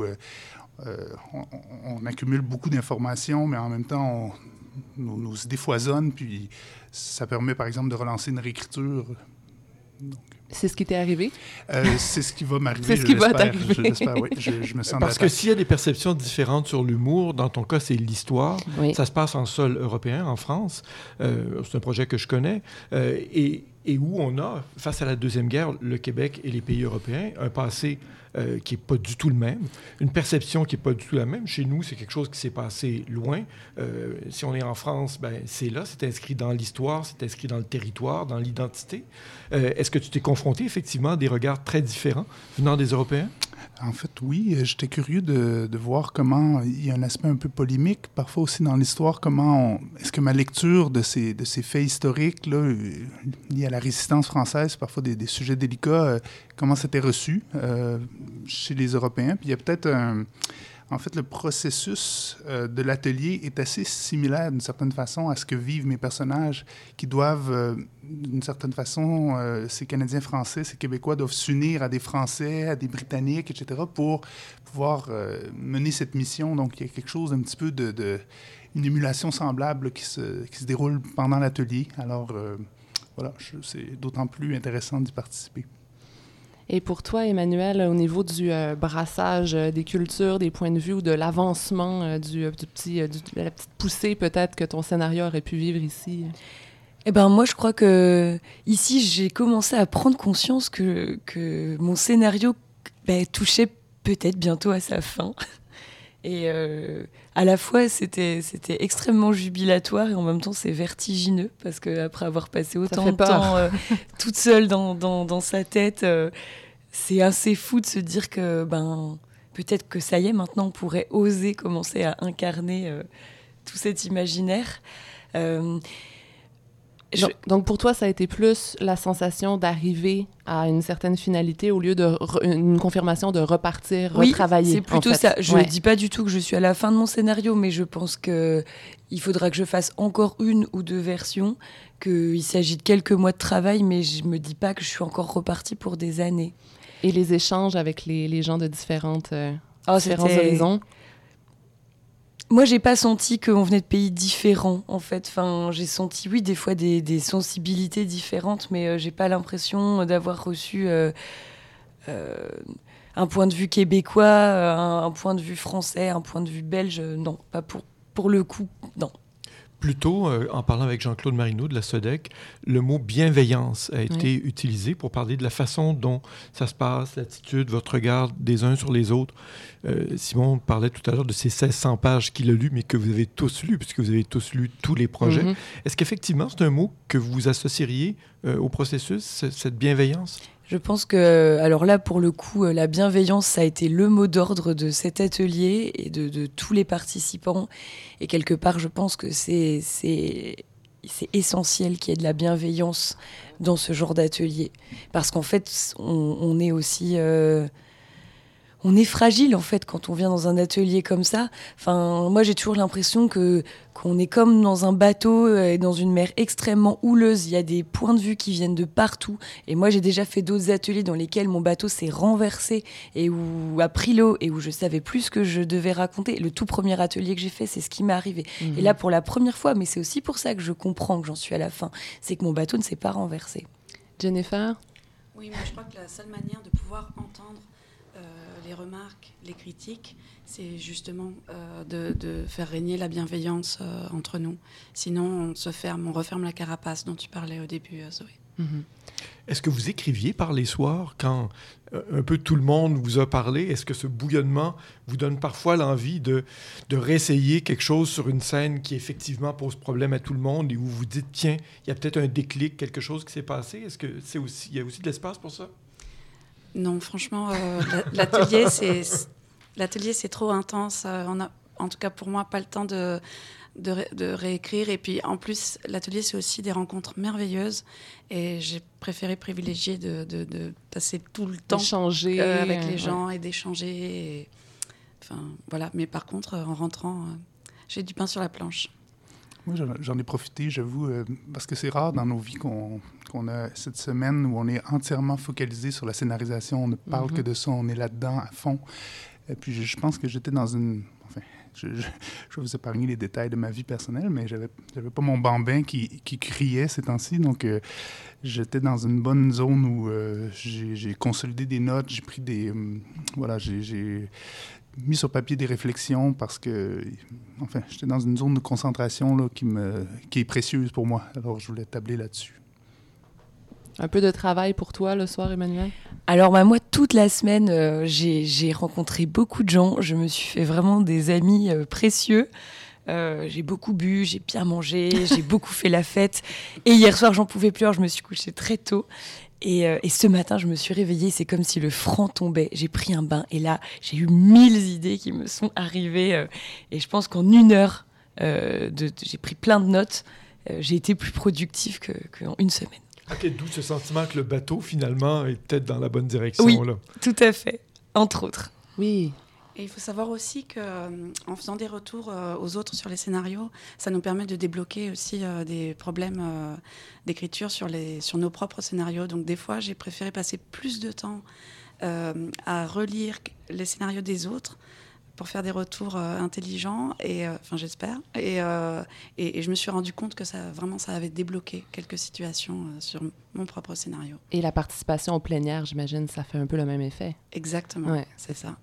Speaker 6: on accumule beaucoup d'informations, mais en même temps, nos idées foisonnent, puis ça permet, par exemple, de relancer une réécriture. Donc,
Speaker 1: c'est ce qui t'est arrivé?
Speaker 6: C'est ce qui va m'arriver,
Speaker 1: c'est ce qui va t'arriver.
Speaker 6: Je l'espère, oui. Je me sens
Speaker 4: Parce que s'il y a des perceptions différentes sur l'humour, dans ton cas, c'est l'histoire. Oui. Ça se passe en sol européen, en France. C'est un projet que je connais. Et où on a, face à la Deuxième Guerre, le Québec et les pays européens, un passé qui n'est pas du tout le même, une perception qui n'est pas du tout la même. Chez nous, c'est quelque chose qui s'est passé loin. Si on est en France, c'est là, c'est inscrit dans l'histoire, c'est inscrit dans le territoire, dans l'identité. Est-ce que tu t'es confronté effectivement à des regards très différents venant des Européens?
Speaker 6: En fait, oui. J'étais curieux de voir comment il y a un aspect un peu polémique, parfois aussi dans l'histoire, est-ce que ma lecture de ces faits historiques là, liés à la résistance française, parfois des sujets délicats, comment c'était reçu chez les Européens. Puis il y a peut-être en fait, le processus de l'atelier est assez similaire d'une certaine façon à ce que vivent mes personnages qui doivent, d'une certaine façon, ces Canadiens français, ces Québécois doivent s'unir à des Français, à des Britanniques, etc. pour pouvoir mener cette mission. Donc, il y a quelque chose un petit peu une émulation semblable qui se déroule pendant l'atelier. Alors, voilà, c'est d'autant plus intéressant d'y participer.
Speaker 1: Et pour toi, Emmanuel, au niveau du brassage des cultures, des points de vue ou de l'avancement de la petite poussée peut-être que ton scénario aurait pu vivre ici?
Speaker 5: Eh ben moi, je crois que ici, j'ai commencé à prendre conscience que mon scénario touchait peut-être bientôt à sa fin. Et à la fois, c'était extrêmement jubilatoire et en même temps, c'est vertigineux parce qu'après avoir passé autant de temps toute seule dans sa tête, c'est assez fou de se dire que peut-être que ça y est, maintenant, on pourrait oser commencer à incarner tout cet imaginaire.
Speaker 1: Donc, pour toi, ça a été plus la sensation d'arriver à une certaine finalité au lieu d'une confirmation de repartir, retravailler.
Speaker 5: Oui, c'est plutôt ça. Je ne dis pas du tout que je suis à la fin de mon scénario, mais je pense qu'il faudra que je fasse encore 1 ou 2 versions, qu'il s'agit de quelques mois de travail, mais je ne me dis pas que je suis encore repartie pour des années.
Speaker 1: Et les échanges avec les gens de différents horizons?
Speaker 5: Moi, j'ai pas senti qu'on venait de pays différents, en fait. Enfin, j'ai senti, oui, des fois des sensibilités différentes, mais j'ai pas l'impression d'avoir reçu un point de vue québécois, un point de vue français, un point de vue belge. Non, pas pour le coup, non.
Speaker 4: Plutôt, en parlant avec Jean-Claude Marino de la SODEC, le mot bienveillance a été utilisé pour parler de la façon dont ça se passe, l'attitude, votre regard des uns sur les autres. Simon parlait tout à l'heure de ces 1600 pages qu'il a lues, mais que vous avez tous lues, puisque vous avez tous lu tous les projets. Mm-hmm. Est-ce qu'effectivement, c'est un mot que vous associeriez au processus, cette bienveillance?
Speaker 5: Je pense que, alors là, pour le coup, la bienveillance, ça a été le mot d'ordre de cet atelier et de tous les participants. Et quelque part, je pense que c'est essentiel qu'il y ait de la bienveillance dans ce genre d'atelier. Parce qu'en fait, on est aussi... on est fragile, en fait, quand on vient dans un atelier comme ça. Enfin, moi, j'ai toujours l'impression qu'on est comme dans un bateau et dans une mer extrêmement houleuse. Il y a des points de vue qui viennent de partout. Et moi, j'ai déjà fait d'autres ateliers dans lesquels mon bateau s'est renversé et où a pris l'eau et où je savais plus ce que je devais raconter. Le tout premier atelier que j'ai fait, c'est ce qui m'est arrivé. Et là, pour la première fois, mais c'est aussi pour ça que je comprends que j'en suis à la fin, c'est que mon bateau ne s'est pas renversé.
Speaker 1: Jennifer?
Speaker 7: Oui, moi, je crois que la seule manière de pouvoir entendre les remarques, les critiques, c'est justement de faire régner la bienveillance entre nous. Sinon, on referme la carapace dont tu parlais au début, Zoé.
Speaker 4: Mm-hmm. Est-ce que vous écriviez par les soirs quand un peu tout le monde vous a parlé? Est-ce que ce bouillonnement vous donne parfois l'envie de réessayer quelque chose sur une scène qui effectivement pose problème à tout le monde et où vous dites, tiens, il y a peut-être un déclic, quelque chose qui s'est passé? Est-ce que il y a aussi de l'espace pour ça?
Speaker 7: Non, franchement, l'atelier, c'est trop intense. On a, en tout cas pour moi, pas le temps de réécrire. Et puis, en plus, l'atelier, c'est aussi des rencontres merveilleuses. Et j'ai préféré privilégier de passer tout le temps avec les gens et d'échanger. Enfin, voilà. Mais par contre, en rentrant, j'ai du pain sur la planche.
Speaker 6: Moi, j'en ai profité, j'avoue, parce que c'est rare dans nos vies qu'on a cette semaine où on est entièrement focalisé sur la scénarisation. On ne parle que de ça, on est là-dedans à fond. Et puis, je pense que j'étais dans une... Enfin, je vais vous épargner les détails de ma vie personnelle, mais j'avais pas mon bambin qui criait ces temps-ci. Donc, j'étais dans une bonne zone où j'ai consolidé des notes, j'ai pris des... j'ai mis sur papier des réflexions parce que, enfin, j'étais dans une zone de concentration là, qui est précieuse pour moi. Alors, je voulais tabler là-dessus.
Speaker 1: Un peu de travail pour toi le soir, Emmanuel?
Speaker 5: Alors, moi, toute la semaine, j'ai rencontré beaucoup de gens. Je me suis fait vraiment des amis précieux. J'ai beaucoup bu, j'ai bien mangé, j'ai beaucoup fait la fête. Et hier soir, j'en pouvais plus, alors je me suis couchée très tôt. Et ce matin, je me suis réveillée, c'est comme si le franc tombait. J'ai pris un bain et là, j'ai eu 1000 idées qui me sont arrivées. Et je pense qu'en 1 heure, j'ai pris plein de notes. J'ai été plus productive qu'en 1 semaine.
Speaker 4: OK, d'où ce sentiment que le bateau, finalement, est peut-être dans la bonne direction.
Speaker 5: Oui,
Speaker 4: là.
Speaker 5: Tout à fait, entre autres.
Speaker 1: Oui.
Speaker 7: Et il faut savoir aussi qu'en faisant des retours aux autres sur les scénarios, ça nous permet de débloquer aussi des problèmes d'écriture sur nos propres scénarios. Donc des fois, j'ai préféré passer plus de temps à relire les scénarios des autres pour faire des retours intelligents, enfin j'espère. Et je me suis rendu compte que ça avait débloqué quelques situations sur mon propre scénario.
Speaker 1: Et la participation aux plénières, j'imagine, ça fait un peu le même effet.
Speaker 7: Exactement, ouais. C'est ça.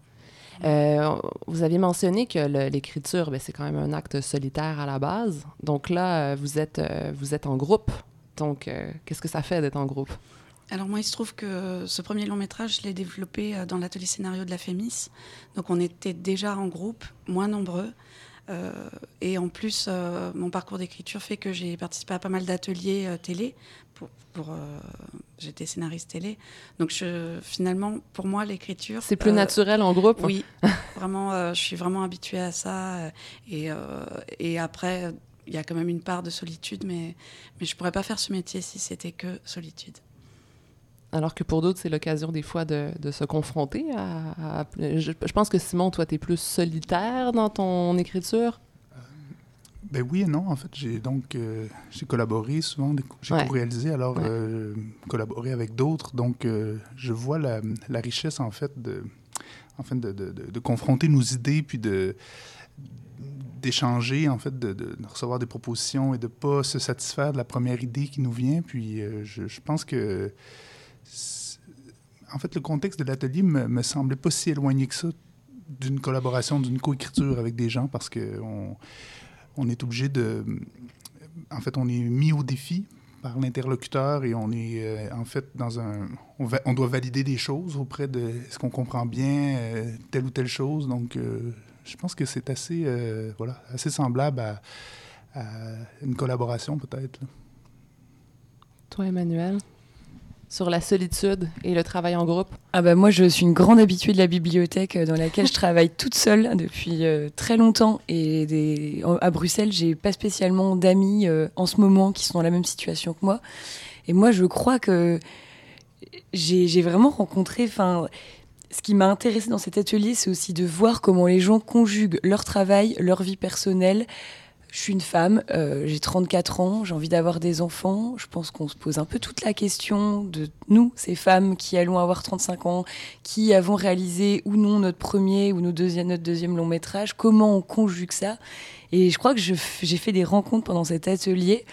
Speaker 1: Vous aviez mentionné que l'écriture, c'est quand même un acte solitaire à la base. Donc là, vous êtes en groupe. Donc, qu'est-ce que ça fait d'être en groupe?
Speaker 7: Alors moi, il se trouve que ce premier long-métrage, je l'ai développé dans l'atelier scénario de la FEMIS. Donc on était déjà en groupe, moins nombreux. Et en plus, mon parcours d'écriture fait que j'ai participé à pas mal d'ateliers télé. J'étais scénariste télé. Donc, finalement, pour moi, l'écriture...
Speaker 1: C'est plus naturel en groupe?
Speaker 7: Oui, vraiment, je suis vraiment habituée à ça. Et après, il y a quand même une part de solitude, mais je ne pourrais pas faire ce métier si c'était que solitude.
Speaker 1: Alors que pour d'autres, c'est l'occasion des fois de se confronter je pense que Simon, toi, tu es plus solitaire dans ton écriture?
Speaker 6: Ben oui et non. En fait, j'ai collaboré souvent, j'ai co-réalisé, alors collaboré avec d'autres. Donc, je vois la richesse, en fait, de confronter nos idées, puis d'échanger, en fait, de recevoir des propositions et de ne pas se satisfaire de la première idée qui nous vient. Puis, je pense que... En fait, le contexte de l'atelier me semblait pas si éloigné que ça d'une collaboration, d'une coécriture avec des gens, parce qu'on est obligé de... En fait, on est mis au défi par l'interlocuteur et on est, en fait, on doit valider des choses auprès de... Est-ce qu'on comprend bien telle ou telle chose? Donc, je pense que c'est assez semblable à une collaboration, peut-être. Là.
Speaker 1: Toi, Emmanuel? Sur la solitude et le travail en groupe?
Speaker 5: Moi, je suis une grande habituée de la bibliothèque dans laquelle je travaille toute seule depuis très longtemps. Et à Bruxelles, j'ai pas spécialement d'amis en ce moment qui sont dans la même situation que moi. Et moi, je crois que j'ai vraiment rencontré... Ce qui m'a intéressée dans cet atelier, c'est aussi de voir comment les gens conjuguent leur travail, leur vie personnelle. Je suis une femme, j'ai 34 ans, j'ai envie d'avoir des enfants. Je pense qu'on se pose un peu toute la question de nous, ces femmes qui allons avoir 35 ans, qui avons réalisé ou non notre premier ou notre deuxième long métrage. Comment on conjugue ça? Et je crois que j'ai fait des rencontres pendant cet atelier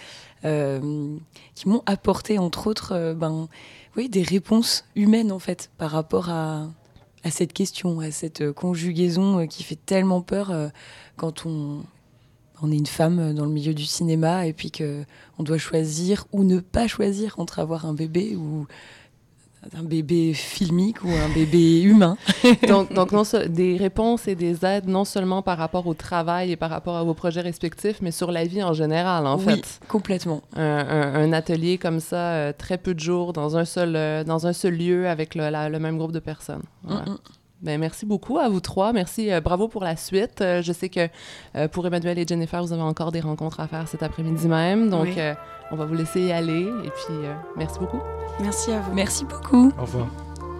Speaker 5: qui m'ont apporté, entre autres, des réponses humaines, en fait, par rapport à cette question, à cette conjugaison qui fait tellement peur quand on est une femme dans le milieu du cinéma et puis qu'on doit choisir ou ne pas choisir entre avoir un bébé ou un bébé filmique ou un bébé humain.
Speaker 1: donc des réponses et des aides non seulement par rapport au travail et par rapport à vos projets respectifs, mais sur la vie en général, en fait.
Speaker 5: Oui, complètement.
Speaker 1: Un atelier comme ça, très peu de jours, dans un seul lieu avec le même groupe de personnes. Ouais. Ben, merci beaucoup à vous trois. Merci, bravo pour la suite. Je sais que pour Emmanuel et Jennifer, vous avez encore des rencontres à faire cet après-midi même. Donc, on va vous laisser y aller. Et puis, merci beaucoup.
Speaker 7: Merci à vous.
Speaker 5: Merci beaucoup.
Speaker 2: Au revoir.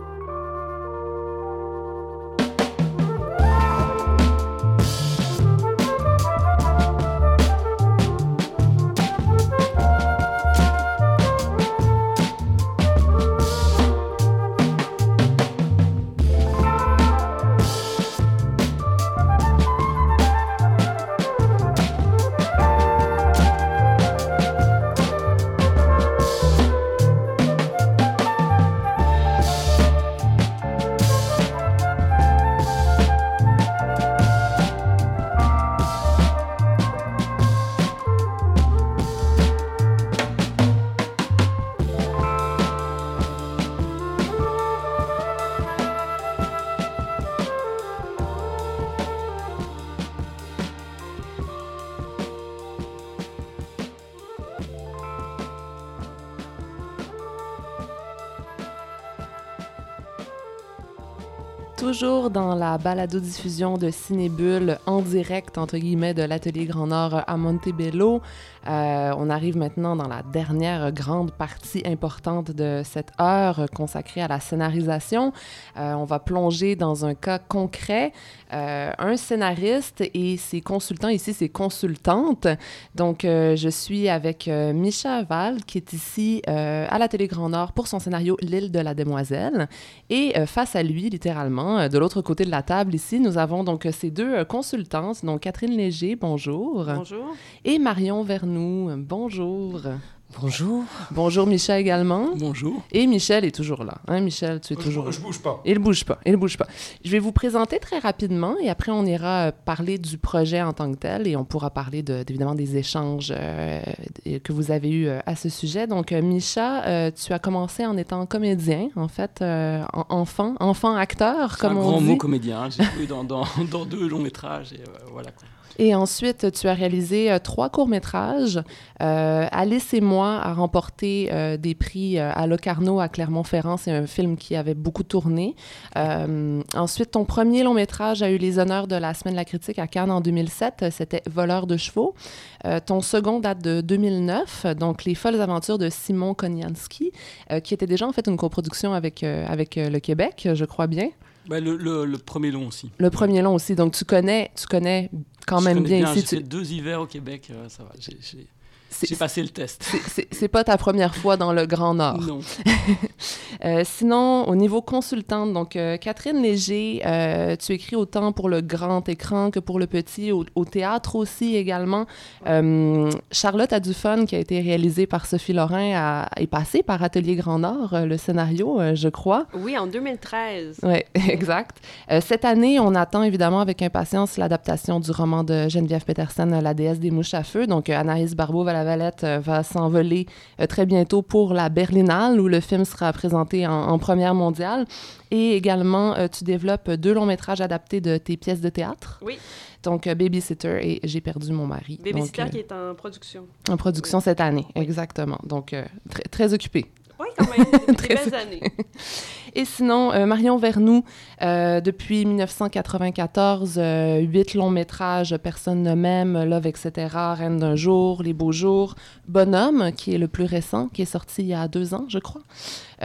Speaker 1: Toujours dans la balado-diffusion de Cinébule en direct, entre guillemets, de l'Atelier Grand Nord à Montebello. On arrive maintenant dans la dernière grande partie importante de cette heure consacrée à la scénarisation. On va plonger dans un cas concret. Un scénariste et ses consultants, ici ses consultantes. Donc, je suis avec Misha Aval, qui est ici à l'Atelier Grand Nord pour son scénario L'île de la Demoiselle. Et face à lui, littéralement, de l'autre côté de la table ici, nous avons donc ces deux consultantes, donc Catherine Léger, bonjour.
Speaker 8: Bonjour.
Speaker 1: Et Marion Vernoux, bonjour.
Speaker 8: Bonjour.
Speaker 1: Bonjour Michel également.
Speaker 8: Bonjour.
Speaker 1: Et Michel est toujours là. Hein, Michel, tu es toujours là.
Speaker 4: Je bouge pas.
Speaker 1: Il bouge pas. Je vais vous présenter très rapidement et après on ira parler du projet en tant que tel et on pourra parler évidemment des échanges que vous avez eus à ce sujet. Donc Misha, tu as commencé en étant comédien, en fait, enfant acteur, comme on dit.
Speaker 8: C'est un grand mot comédien. J'ai joué dans 2 longs métrages et voilà quoi.
Speaker 1: Et ensuite, tu as réalisé 3 courts-métrages. Alice et moi a remporté des prix à Locarno, à Clermont-Ferrand. C'est un film qui avait beaucoup tourné. Ensuite, ton premier long-métrage a eu les honneurs de la Semaine de la critique à Cannes en 2007. C'était Voleur de chevaux. Ton second date de 2009, donc Les folles aventures de Simon Konianski, qui était déjà en fait une coproduction avec le Québec, je crois bien.
Speaker 8: Ben, le premier long aussi.
Speaker 1: Le premier long aussi. Donc, tu connais quand même bien ici.
Speaker 8: J'ai fait 2 hivers au Québec, ça va. J'ai passé le test.
Speaker 1: C'est pas ta première fois dans le Grand Nord.
Speaker 8: Non.
Speaker 1: Sinon, au niveau consultante, donc Catherine Léger, tu écris autant pour le grand écran que pour le petit, au théâtre aussi également. Charlotte a du fun, qui a été réalisée par Sophie Lorrain, est passée par Atelier Grand Nord, le scénario, je crois.
Speaker 9: Oui, en 2013.
Speaker 1: Oui, exact. Cette année, on attend évidemment avec impatience l'adaptation du roman de Geneviève Petersen, La déesse des mouches à feu. Donc, Anaïs Barbeau-Lavalette va s'envoler très bientôt pour la Berlinale, où le film sera présenté en première mondiale. Et également, tu développes 2 longs-métrages adaptés de tes pièces de théâtre.
Speaker 9: Oui.
Speaker 1: Donc, Babysitter et J'ai perdu mon mari.
Speaker 9: Babysitter qui est en production.
Speaker 1: En production cette année, exactement. Donc, très, très occupé.
Speaker 9: Oui, quand même. Très belles années.
Speaker 1: Et sinon, Marion Vernoux, depuis 1994, 8 longs métrages, Personne ne m'aime, Love, etc., Reine d'un jour, Les beaux jours, Bonhomme, qui est le plus récent, qui est sorti il y a 2 ans, je crois. Tu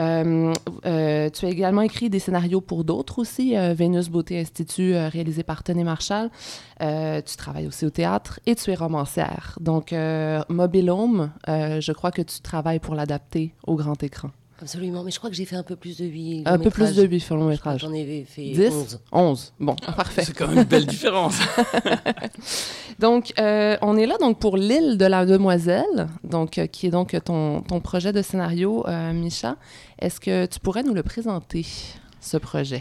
Speaker 1: as également écrit des scénarios pour d'autres aussi, Vénus Beauté Institut, réalisé par Tony Marshall. Tu travailles aussi au théâtre et tu es romancière. Donc, Mobile Home, je crois que tu travailles pour l'adapter au grand écran.
Speaker 10: Absolument, mais je crois que j'ai fait un peu plus de 8
Speaker 1: Un peu plus de 8 longs métrages.
Speaker 10: J'en ai fait
Speaker 1: 10? 11. Bon, parfait.
Speaker 8: C'est quand même une belle différence.
Speaker 1: Donc, on est là donc, pour L'île de la demoiselle, donc, qui est donc ton projet de scénario, Micha. Est-ce que tu pourrais nous le présenter, ce projet?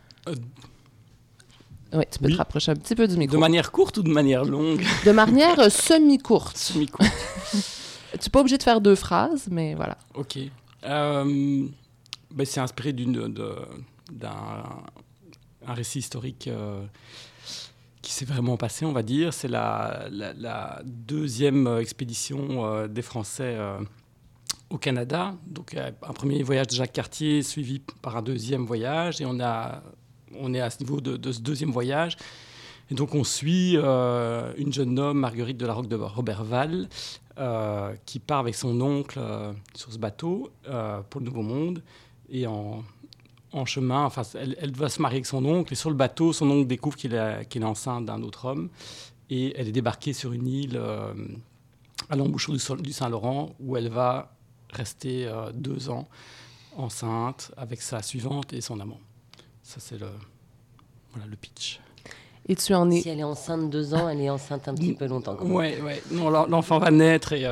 Speaker 1: Oui, tu peux te rapprocher un petit peu du micro.
Speaker 8: De manière courte ou de manière longue?
Speaker 1: De manière semi-courte.
Speaker 8: Semi-courte.
Speaker 1: Tu n'es pas obligé de faire 2 phrases, mais voilà.
Speaker 8: OK. C'est inspiré d'un récit historique qui s'est vraiment passé, on va dire. C'est la 2e expédition des Français au Canada. Donc, un premier voyage de Jacques Cartier suivi par un 2e voyage. Et on est à ce niveau de ce 2e voyage. Et donc, on suit une jeune homme, Marguerite de la Roque de Roberval, qui part avec son oncle sur ce bateau pour le Nouveau Monde. Et en chemin, elle va se marier avec son oncle. Et sur le bateau, son oncle découvre qu'il est enceinte d'un autre homme. Et elle est débarquée sur une île à l'embouchure du Saint-Laurent, où elle va rester 2 ans enceinte avec sa suivante et son amant. Ça, c'est le pitch.
Speaker 1: Et tu en es...
Speaker 10: Si elle est enceinte 2 ans, elle est enceinte un petit peu longtemps.
Speaker 8: Oui. Non, l'enfant va naître et...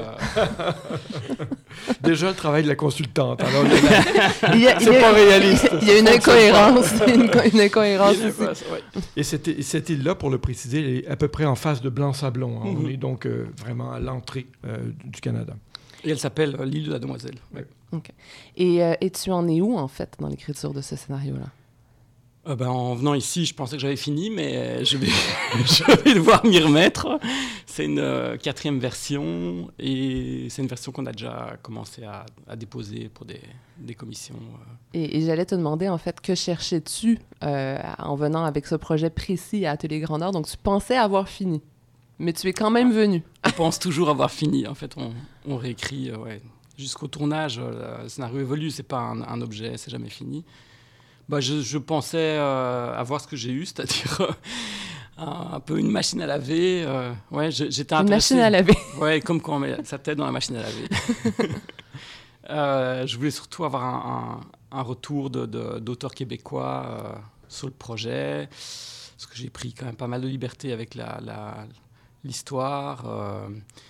Speaker 4: Déjà, le travail de la consultante. Alors,
Speaker 1: c'est pas réaliste. Il y a une incohérence. Une incohérence ici.
Speaker 4: Et cette île-là, pour le préciser, elle est à peu près en face de Blanc-Sablon. Hein. On est donc vraiment à l'entrée du Canada.
Speaker 8: Et elle s'appelle l'île de la Demoiselle.
Speaker 4: Ouais.
Speaker 1: Okay. Et tu en es où, en fait, dans l'écriture de ce scénario-là?
Speaker 8: En venant ici, je pensais que j'avais fini, mais je vais devoir m'y remettre. C'est une 4e version et c'est une version qu'on a déjà commencé à déposer pour des commissions.
Speaker 1: Et j'allais te demander, en fait, que cherchais-tu en venant avec ce projet précis à Atelier Grand Nord? Donc, tu pensais avoir fini, mais tu es quand même venu.
Speaker 8: On pense toujours avoir fini. En fait, on réécrit jusqu'au tournage. Le scénario évolue, c'est pas un objet, c'est jamais fini. Je pensais avoir ce que j'ai eu, c'est-à-dire un peu une machine à laver. J'étais intéressé.
Speaker 1: Une machine à laver.
Speaker 8: Oui, comme quand on met sa tête dans la machine à laver. Je voulais surtout avoir un retour d'auteurs québécois sur le projet, parce que j'ai pris quand même pas mal de liberté avec l'histoire.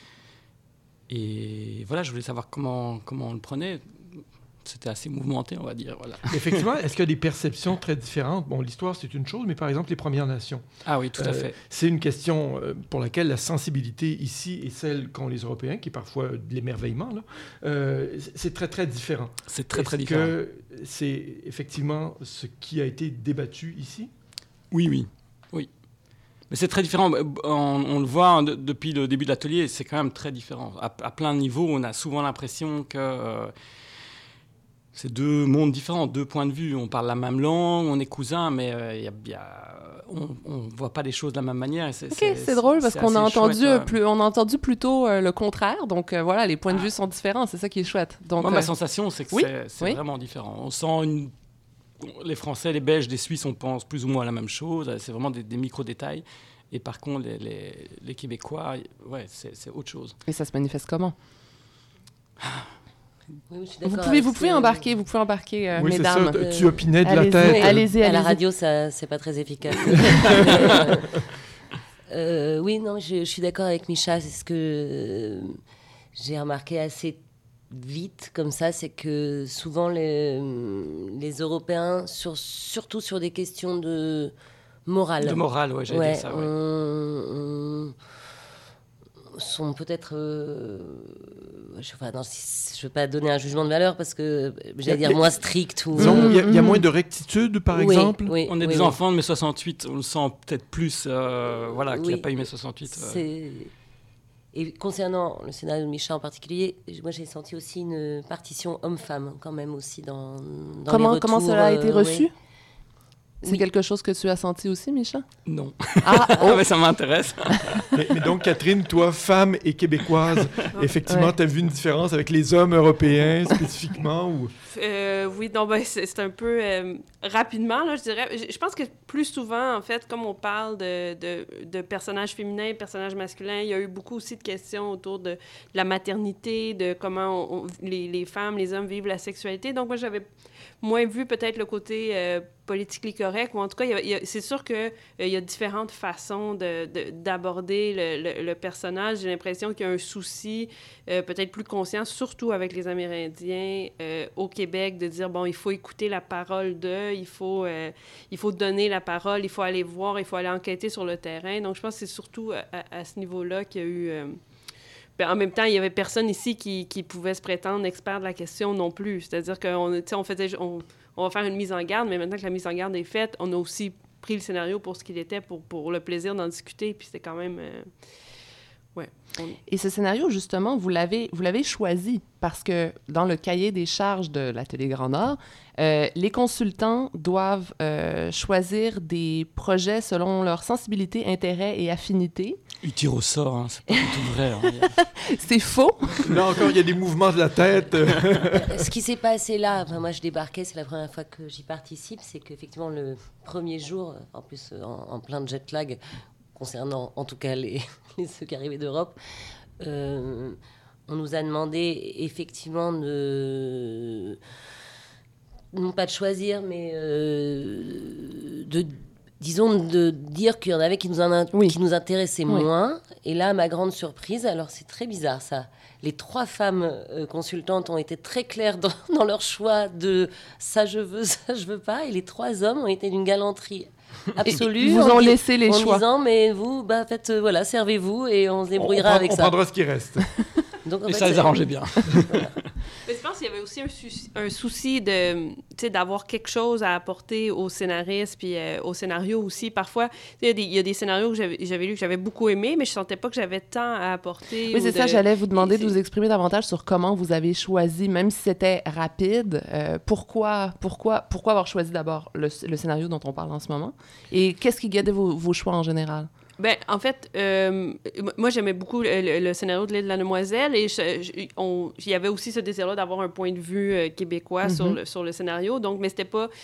Speaker 8: Et voilà, je voulais savoir comment on le prenait. C'était assez mouvementé, on va dire. Voilà.
Speaker 4: Effectivement, est-ce qu'il y a des perceptions très différentes? Bon, l'histoire, c'est une chose, mais par exemple, les Premières Nations.
Speaker 8: Ah oui, tout à fait.
Speaker 4: C'est une question pour laquelle la sensibilité ici est celle qu'ont les Européens, qui est parfois de l'émerveillement. C'est très, très différent.
Speaker 8: C'est très, très différent.
Speaker 4: Est-ce que c'est effectivement ce qui a été débattu ici?
Speaker 8: Oui. Mais c'est très différent. On le voit depuis le début de l'atelier, c'est quand même très différent. À plein de niveaux, on a souvent l'impression que c'est deux mondes différents, deux points de vue. On parle la même langue, on est cousins, mais on ne voit pas les choses de la même manière.
Speaker 1: C'est drôle parce qu'on a entendu plutôt le contraire. Donc voilà, les points de vue sont différents. C'est ça qui est chouette. Donc,
Speaker 8: moi, ma sensation, c'est que c'est vraiment différent. On sent les Français, les Belges, les Suisses, on pense plus ou moins à la même chose. C'est vraiment des micro-détails. Et par contre, les Québécois, c'est autre chose.
Speaker 1: Et ça se manifeste comment?
Speaker 10: Oui, je suis
Speaker 1: vous pouvez embarquer, mesdames.
Speaker 4: Ça, tu opinais de la tête.
Speaker 1: Allez-y.
Speaker 10: À la radio, ça, c'est pas très efficace. Oui, non, je suis d'accord avec Micha. C'est ce que j'ai remarqué assez vite comme ça, c'est que souvent les Européens, surtout sur des questions de morale.
Speaker 8: De morale, oui, j'allais dire ça,
Speaker 10: sont peut-être... je ne veux pas donner un jugement de valeur parce que j'allais dire moins strict.
Speaker 4: Il y a moins de rectitude, par exemple.
Speaker 10: Oui,
Speaker 8: on est des enfants de mai 68, on le sent peut-être plus, qu'il n'y a pas eu mai 68.
Speaker 10: Et concernant le scénario de Micha en particulier, moi j'ai senti aussi une partition homme-femme quand même aussi dans les retours.
Speaker 1: Comment cela a été reçu? C'est quelque chose que tu as senti aussi, Micha?
Speaker 8: Non.
Speaker 1: Ah,
Speaker 8: mais ça m'intéresse.
Speaker 4: mais donc, Catherine, toi, femme et québécoise, effectivement, tu as vu une différence avec les hommes européens spécifiquement? Ou...
Speaker 9: Oui, donc, c'est un peu rapidement, là, je dirais. Je pense que plus souvent, en fait, comme on parle de personnages féminins, personnages masculins, il y a eu beaucoup aussi de questions autour de la maternité, de comment les femmes, les hommes vivent la sexualité. Donc, moi, j'avais moins vu peut-être le côté politiquement correct, ou en tout cas, c'est sûr qu'il y a différentes façons d'aborder le personnage. J'ai l'impression qu'il y a un souci peut-être plus conscient, surtout avec les Amérindiens au Québec, de dire, bon, il faut écouter la parole d'eux, il faut donner la parole, il faut aller voir, il faut aller enquêter sur le terrain. Donc, je pense que c'est surtout à ce niveau-là qu'il y a eu... en même temps, il n'y avait personne ici qui pouvait se prétendre expert de la question non plus. C'est-à-dire qu'on va faire une mise en garde, mais maintenant que la mise en garde est faite, on a aussi pris le scénario pour ce qu'il était, pour le plaisir d'en discuter. Puis c'était quand même...
Speaker 1: Et ce scénario, justement, vous l'avez choisi parce que dans le cahier des charges de l'Atelier Grand Nord, les consultants doivent choisir des projets selon leur sensibilité, intérêt et affinité.
Speaker 8: Ils tirent au sort, hein, c'est pas du tout vrai.
Speaker 1: C'est faux.
Speaker 4: Là encore, il y a des mouvements de la tête.
Speaker 10: Ce qui s'est passé là, moi je débarquais, c'est la première fois que j'y participe, c'est qu'effectivement le premier jour, en plus en plein jet lag, concernant en tout cas ceux qui arrivaient d'Europe, on nous a demandé effectivement non pas de choisir, mais de dire qu'il y en avait qui nous intéressaient moins. Et là, ma grande surprise, alors c'est très bizarre ça, les 3 femmes consultantes ont été très claires dans leur choix de ça je veux pas, et les 3 hommes ont été d'une galanterie absolue.
Speaker 1: Ils vous ont laissé les choix.
Speaker 10: En disant, mais vous, faites, servez-vous et on se débrouillera avec ça.
Speaker 4: On prendra ce qui reste.
Speaker 8: Donc, et ça les arrangeait bien.
Speaker 9: Mais je pense qu'il y avait aussi un souci d'avoir quelque chose à apporter aux scénaristes puis au scénario aussi. Parfois, il y a des scénarios que j'avais lus que j'avais beaucoup aimés, mais je sentais pas que j'avais tant à apporter.
Speaker 1: Oui, c'est ça. J'allais vous demander de vous exprimer davantage sur comment vous avez choisi, même si c'était rapide, pourquoi avoir choisi d'abord le scénario dont on parle en ce moment et qu'est-ce qui guidait vos choix en général?
Speaker 9: Ben, en fait, moi, j'aimais beaucoup le scénario de l'île de la Demoiselle et il y avait aussi ce désir-là d'avoir un point de vue québécois sur le scénario. Donc, mais c'était pas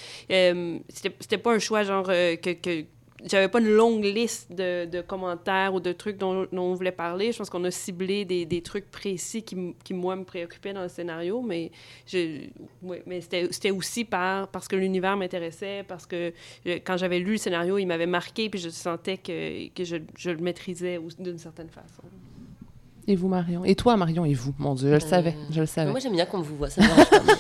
Speaker 9: un choix genre que j'avais pas une longue liste de commentaires ou de trucs dont on voulait parler. Je pense qu'on a ciblé des trucs précis qui moi, me préoccupaient dans le scénario, mais c'était aussi parce que l'univers m'intéressait, parce que quand j'avais lu le scénario, il m'avait marqué, puis je sentais que je le maîtrisais d'une certaine façon.
Speaker 1: Et vous, Marion? Et toi, Marion, et vous? Mon Dieu, je le savais.
Speaker 10: Moi, j'aime bien qu'on vous voit, ça me dérange pas.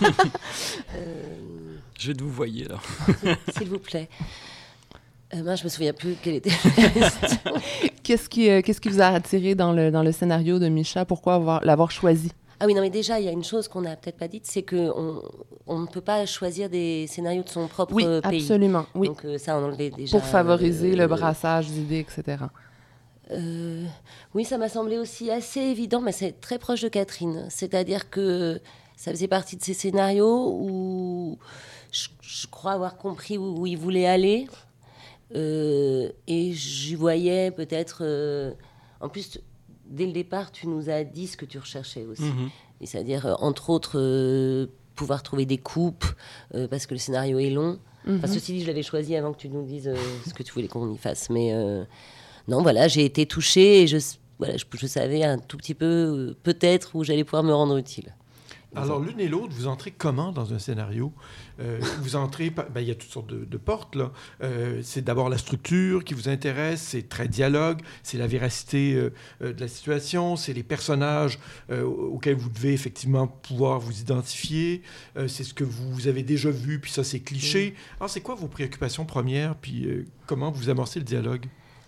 Speaker 8: Je vais te vous voyer, là.
Speaker 10: S'il vous plaît. Moi, je me souviens plus quelle était la question.
Speaker 1: Qu'est-ce qui vous a attiré dans le scénario de Micha? Pourquoi l'avoir choisi?
Speaker 10: Ah oui, non, mais déjà, il y a une chose qu'on n'a peut-être pas dite, c'est qu'on ne peut pas choisir des scénarios de son propre pays.
Speaker 1: Absolument, oui.
Speaker 10: Donc ça, on enlevait déjà...
Speaker 1: Pour favoriser le brassage d'idées, etc.
Speaker 10: Oui, ça m'a semblé aussi assez évident, mais c'est très proche de Catherine. C'est-à-dire que ça faisait partie de ces scénarios où je crois avoir compris où il voulait aller. Et j'y voyais peut-être... en plus, dès le départ, tu nous as dit ce que tu recherchais aussi. Et c'est-à-dire, entre autres, pouvoir trouver des coupes, parce que le scénario est long. Enfin, ceci dit, je l'avais choisi avant que tu nous dises ce que tu voulais qu'on y fasse. Mais non, voilà, j'ai été touchée et je savais un tout petit peu, peut-être, où j'allais pouvoir me rendre utile.
Speaker 4: Alors, l'une et l'autre, vous entrez comment dans un scénario? Vous entrez, il y a toutes sortes de portes, là. C'est d'abord la structure qui vous intéresse, c'est très dialogue, c'est la véracité de la situation, c'est les personnages auxquels vous devez effectivement pouvoir vous identifier, c'est ce que vous avez déjà vu, puis ça, c'est cliché. Alors, c'est quoi vos préoccupations premières, puis comment vous amorcez le dialogue?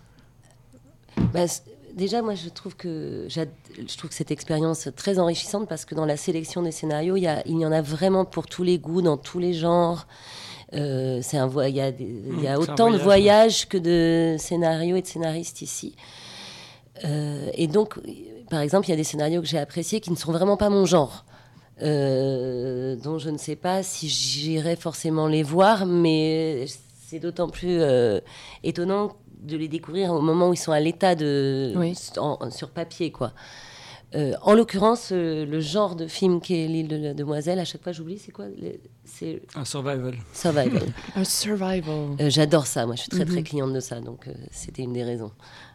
Speaker 10: Déjà, moi, je trouve que cette expérience très enrichissante parce que dans la sélection des scénarios, il y en a vraiment pour tous les goûts, dans tous les genres. Il y a autant de voyages que de scénarios et de scénaristes ici. Et donc, par exemple, il y a des scénarios que j'ai appréciés qui ne sont vraiment pas mon genre. Dont je ne sais pas si j'irai forcément les voir, mais c'est d'autant plus étonnant de les découvrir au moment où ils sont à l'état sur papier, quoi. En l'occurrence, le genre de film qui est L'île de la Demoiselle, à chaque fois j'oublie, c'est quoi? C'est
Speaker 8: un survival.
Speaker 1: Un survival.
Speaker 10: J'adore ça, moi je suis très très cliente de ça, donc c'était une des raisons.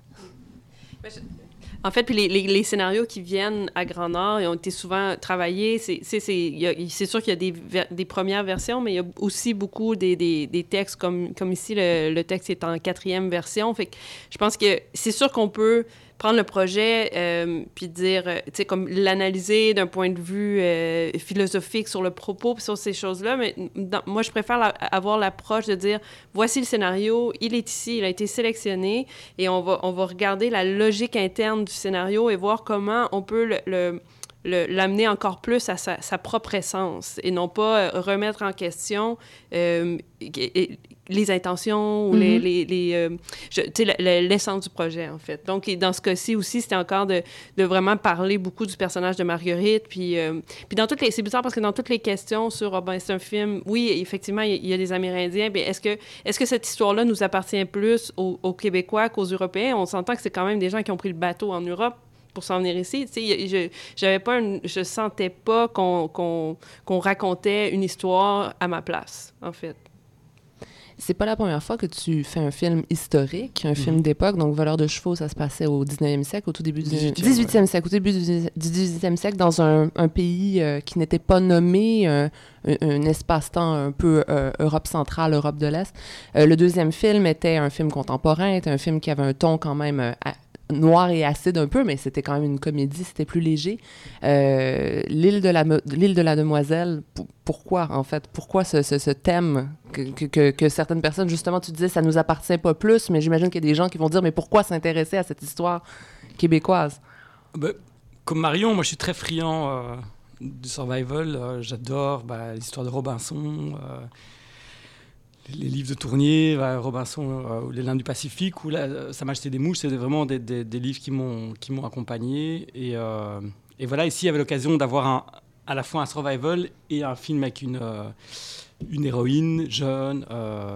Speaker 9: En fait, puis les scénarios qui viennent à Grand Nord, ils ont été souvent travaillés. C'est sûr qu'il y a des premières versions, mais il y a aussi beaucoup des textes, comme ici, le texte est en 4e version. Fait que je pense que c'est sûr qu'on peut prendre le projet puis dire, tu sais, comme l'analyser d'un point de vue philosophique sur le propos puis sur ces choses-là. Mais moi, je préfère avoir l'approche de dire, voici le scénario, il est ici, il a été sélectionné et on va regarder la logique interne du scénario et voir comment on peut l'amener encore plus à sa propre essence et non pas remettre en question les intentions ou l'essence du projet, en fait. Donc, dans ce cas-ci aussi, c'était encore de vraiment parler beaucoup du personnage de Marguerite. Puis dans toutes les... C'est bizarre parce que dans toutes les questions sur c'est un film, oui, effectivement, il y a des Amérindiens, mais est-ce que cette histoire-là nous appartient plus aux Québécois qu'aux Européens? On s'entend que c'est quand même des gens qui ont pris le bateau en Europe pour s'en venir ici. Tu sais, je sentais pas qu'on racontait une histoire à ma place, en fait.
Speaker 1: C'est pas la première fois que tu fais un film historique, un film d'époque. Donc, Voleur de chevaux, ça se passait au 19e siècle, au tout début du 18e siècle, au début du 18e siècle, dans un pays qui n'était pas nommé, un espace-temps un peu Europe centrale, Europe de l'Est. Le deuxième film était un film contemporain, était un film qui avait un ton quand même noir et acide un peu, mais c'était quand même une comédie, c'était plus léger. L'île de la Demoiselle, pourquoi, en fait? Pourquoi ce thème que certaines personnes, justement, tu disais, ça nous appartient pas plus, mais j'imagine qu'il y a des gens qui vont dire, mais pourquoi s'intéresser à cette histoire québécoise?
Speaker 8: Comme Marion, moi, je suis très friand du survival. J'adore l'histoire de Robinson, les livres de Tournier, Robinson, Les Nains du Pacifique, ou Sa Majesté des Mouches, c'est vraiment des livres qui m'ont accompagné. Et voilà, ici, il y avait l'occasion d'avoir à la fois un survival et un film avec une héroïne jeune,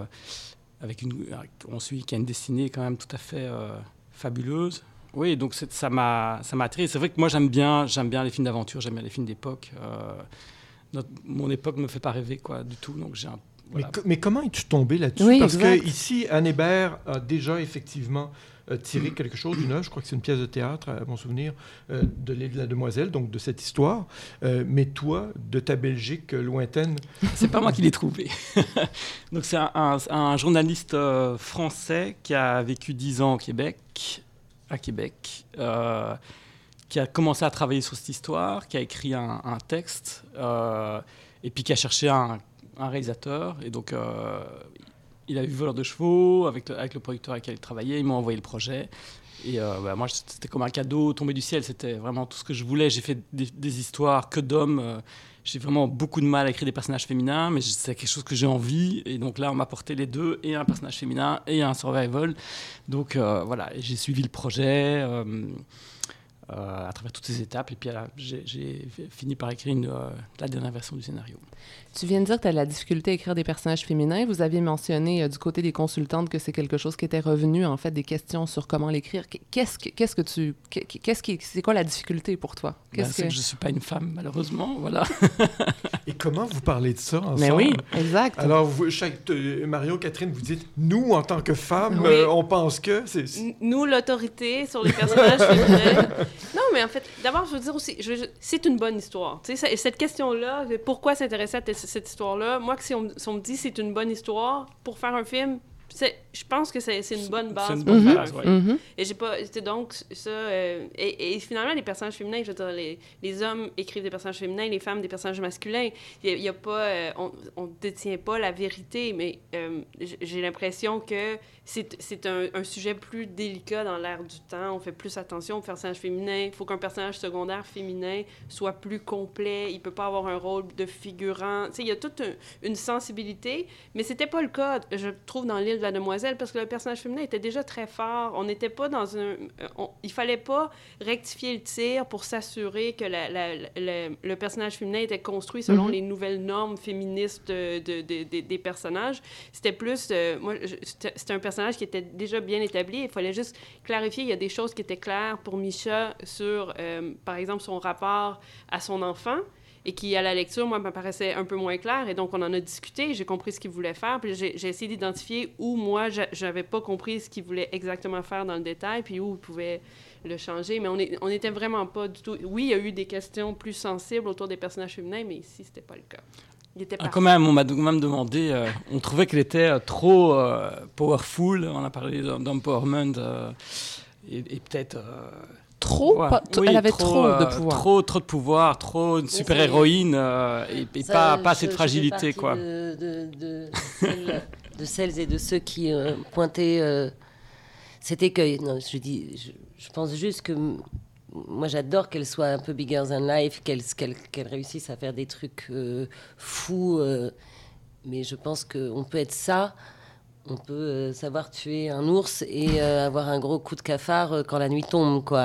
Speaker 8: on suit qui a une destinée quand même tout à fait fabuleuse. Oui, donc ça m'a attiré. C'est vrai que moi, j'aime bien les films d'aventure, j'aime bien les films d'époque. Mon époque ne me fait pas rêver, quoi, du tout. Donc voilà.
Speaker 4: Mais comment es-tu tombé là-dessus?
Speaker 1: Oui,
Speaker 4: parce
Speaker 1: exact.
Speaker 4: que ici, Anne Hébert a déjà effectivement tiré quelque chose d'une œuvre. Je crois que c'est une pièce de théâtre, à mon souvenir, de L'île de la Demoiselle, donc de cette histoire. Mais toi, de ta Belgique lointaine...
Speaker 8: C'est pas moi qui l'ai trouvé. Donc c'est un journaliste français qui a vécu 10 ans à Québec, qui a commencé à travailler sur cette histoire, qui a écrit un texte, et puis qui a cherché un réalisateur. Et donc, il a vu Voleurs de chevaux avec le producteur avec lequel il travaillait. Il m'a envoyé le projet. Et moi, c'était comme un cadeau tombé du ciel. C'était vraiment tout ce que je voulais. J'ai fait des histoires que d'hommes. J'ai vraiment beaucoup de mal à écrire des personnages féminins, mais c'est quelque chose que j'ai envie. Et donc là, on m'a apporté les deux, et un personnage féminin et un survival. Donc voilà, j'ai suivi le projet à travers toutes ces étapes. Et puis j'ai fini par écrire la dernière version du scénario.
Speaker 1: Tu viens de dire que tu as de la difficulté à écrire des personnages féminins. Vous aviez mentionné du côté des consultantes que c'est quelque chose qui était revenu, en fait, des questions sur comment l'écrire. C'est quoi la difficulté pour toi?
Speaker 8: C'est que je ne suis pas une femme, malheureusement, voilà.
Speaker 4: Et comment vous parlez de ça ensemble?
Speaker 1: Mais oui, exact.
Speaker 4: Alors, Marion, Catherine, vous dites, nous, en tant que femmes, on pense que...
Speaker 9: Nous, l'autorité sur les personnages féminins. Non, mais en fait, d'abord, je veux dire aussi, c'est une bonne histoire. Tu sais, cette question-là, pourquoi s'intéresser à cette histoire-là? Moi, si on me dit c'est une bonne histoire pour faire un film, je pense que c'est une bonne base.
Speaker 8: C'est une bonne base, oui.
Speaker 9: Et j'ai pas... donc, ça... et finalement, les personnages féminins, je veux dire, les hommes écrivent des personnages féminins, les femmes des personnages masculins. Il y a pas... on détient pas la vérité, mais j'ai l'impression que c'est un sujet plus délicat dans l'air du temps. On fait plus attention aux personnages féminins. Il faut qu'un personnage secondaire féminin soit plus complet. Il peut pas avoir un rôle de figurant. Tu sais, il y a toute une sensibilité, mais c'était pas le cas, je trouve, dans L'île de la demoiselle, parce que le personnage féminin était déjà très fort. On n'était pas dans il fallait pas rectifier le tir pour s'assurer que le personnage féminin était construit selon les nouvelles normes féministes des personnages. C'était plus... c'était un personnage qui était déjà bien établi. Il fallait juste clarifier. Il y a des choses qui étaient claires pour Misha sur, par exemple, son rapport à son enfant, et qui, à la lecture, moi, me paraissait un peu moins clair. Et donc, on en a discuté, j'ai compris ce qu'il voulait faire, puis j'ai essayé d'identifier où, moi, j'avais pas compris ce qu'il voulait exactement faire dans le détail, puis où il pouvait le changer. Mais on était vraiment pas du tout... Oui, il y a eu des questions plus sensibles autour des personnages féminins, mais ici, c'était pas le cas. Il était
Speaker 8: quand même, on m'a même demandé... on trouvait qu'elle était trop powerful. On a parlé d'empowerment et peut-être...
Speaker 1: elle avait trop de pouvoir.
Speaker 8: Trop de pouvoir, trop une super-héroïne et pas assez de fragilité, quoi.
Speaker 10: De celles et de ceux qui pointaient... c'était que... Non, je pense juste que... Moi, j'adore qu'elle soit un peu bigger than life, qu'elle réussisse à faire des trucs fous. Mais je pense qu'on peut être ça... On peut savoir tuer un ours et avoir un gros coup de cafard quand la nuit tombe, quoi.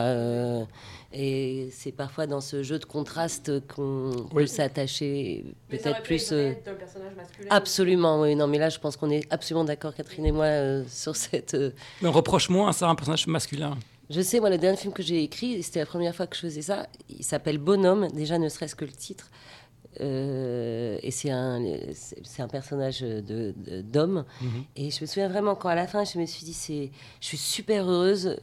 Speaker 10: Et c'est parfois dans ce jeu de contraste qu'on peut s'attacher peut-être plus...
Speaker 9: d'un personnage masculin.
Speaker 10: Absolument, oui. Non, mais là, je pense qu'on est absolument d'accord, Catherine et moi, sur cette...
Speaker 8: Mais on reproche moins ça à un personnage masculin.
Speaker 10: Je sais, moi, le dernier film que j'ai écrit, c'était la première fois que je faisais ça, il s'appelle Bonhomme, déjà ne serait-ce que le titre. Et c'est un personnage d'homme. Et je me souviens vraiment quand à la fin je me suis dit je suis super heureuse,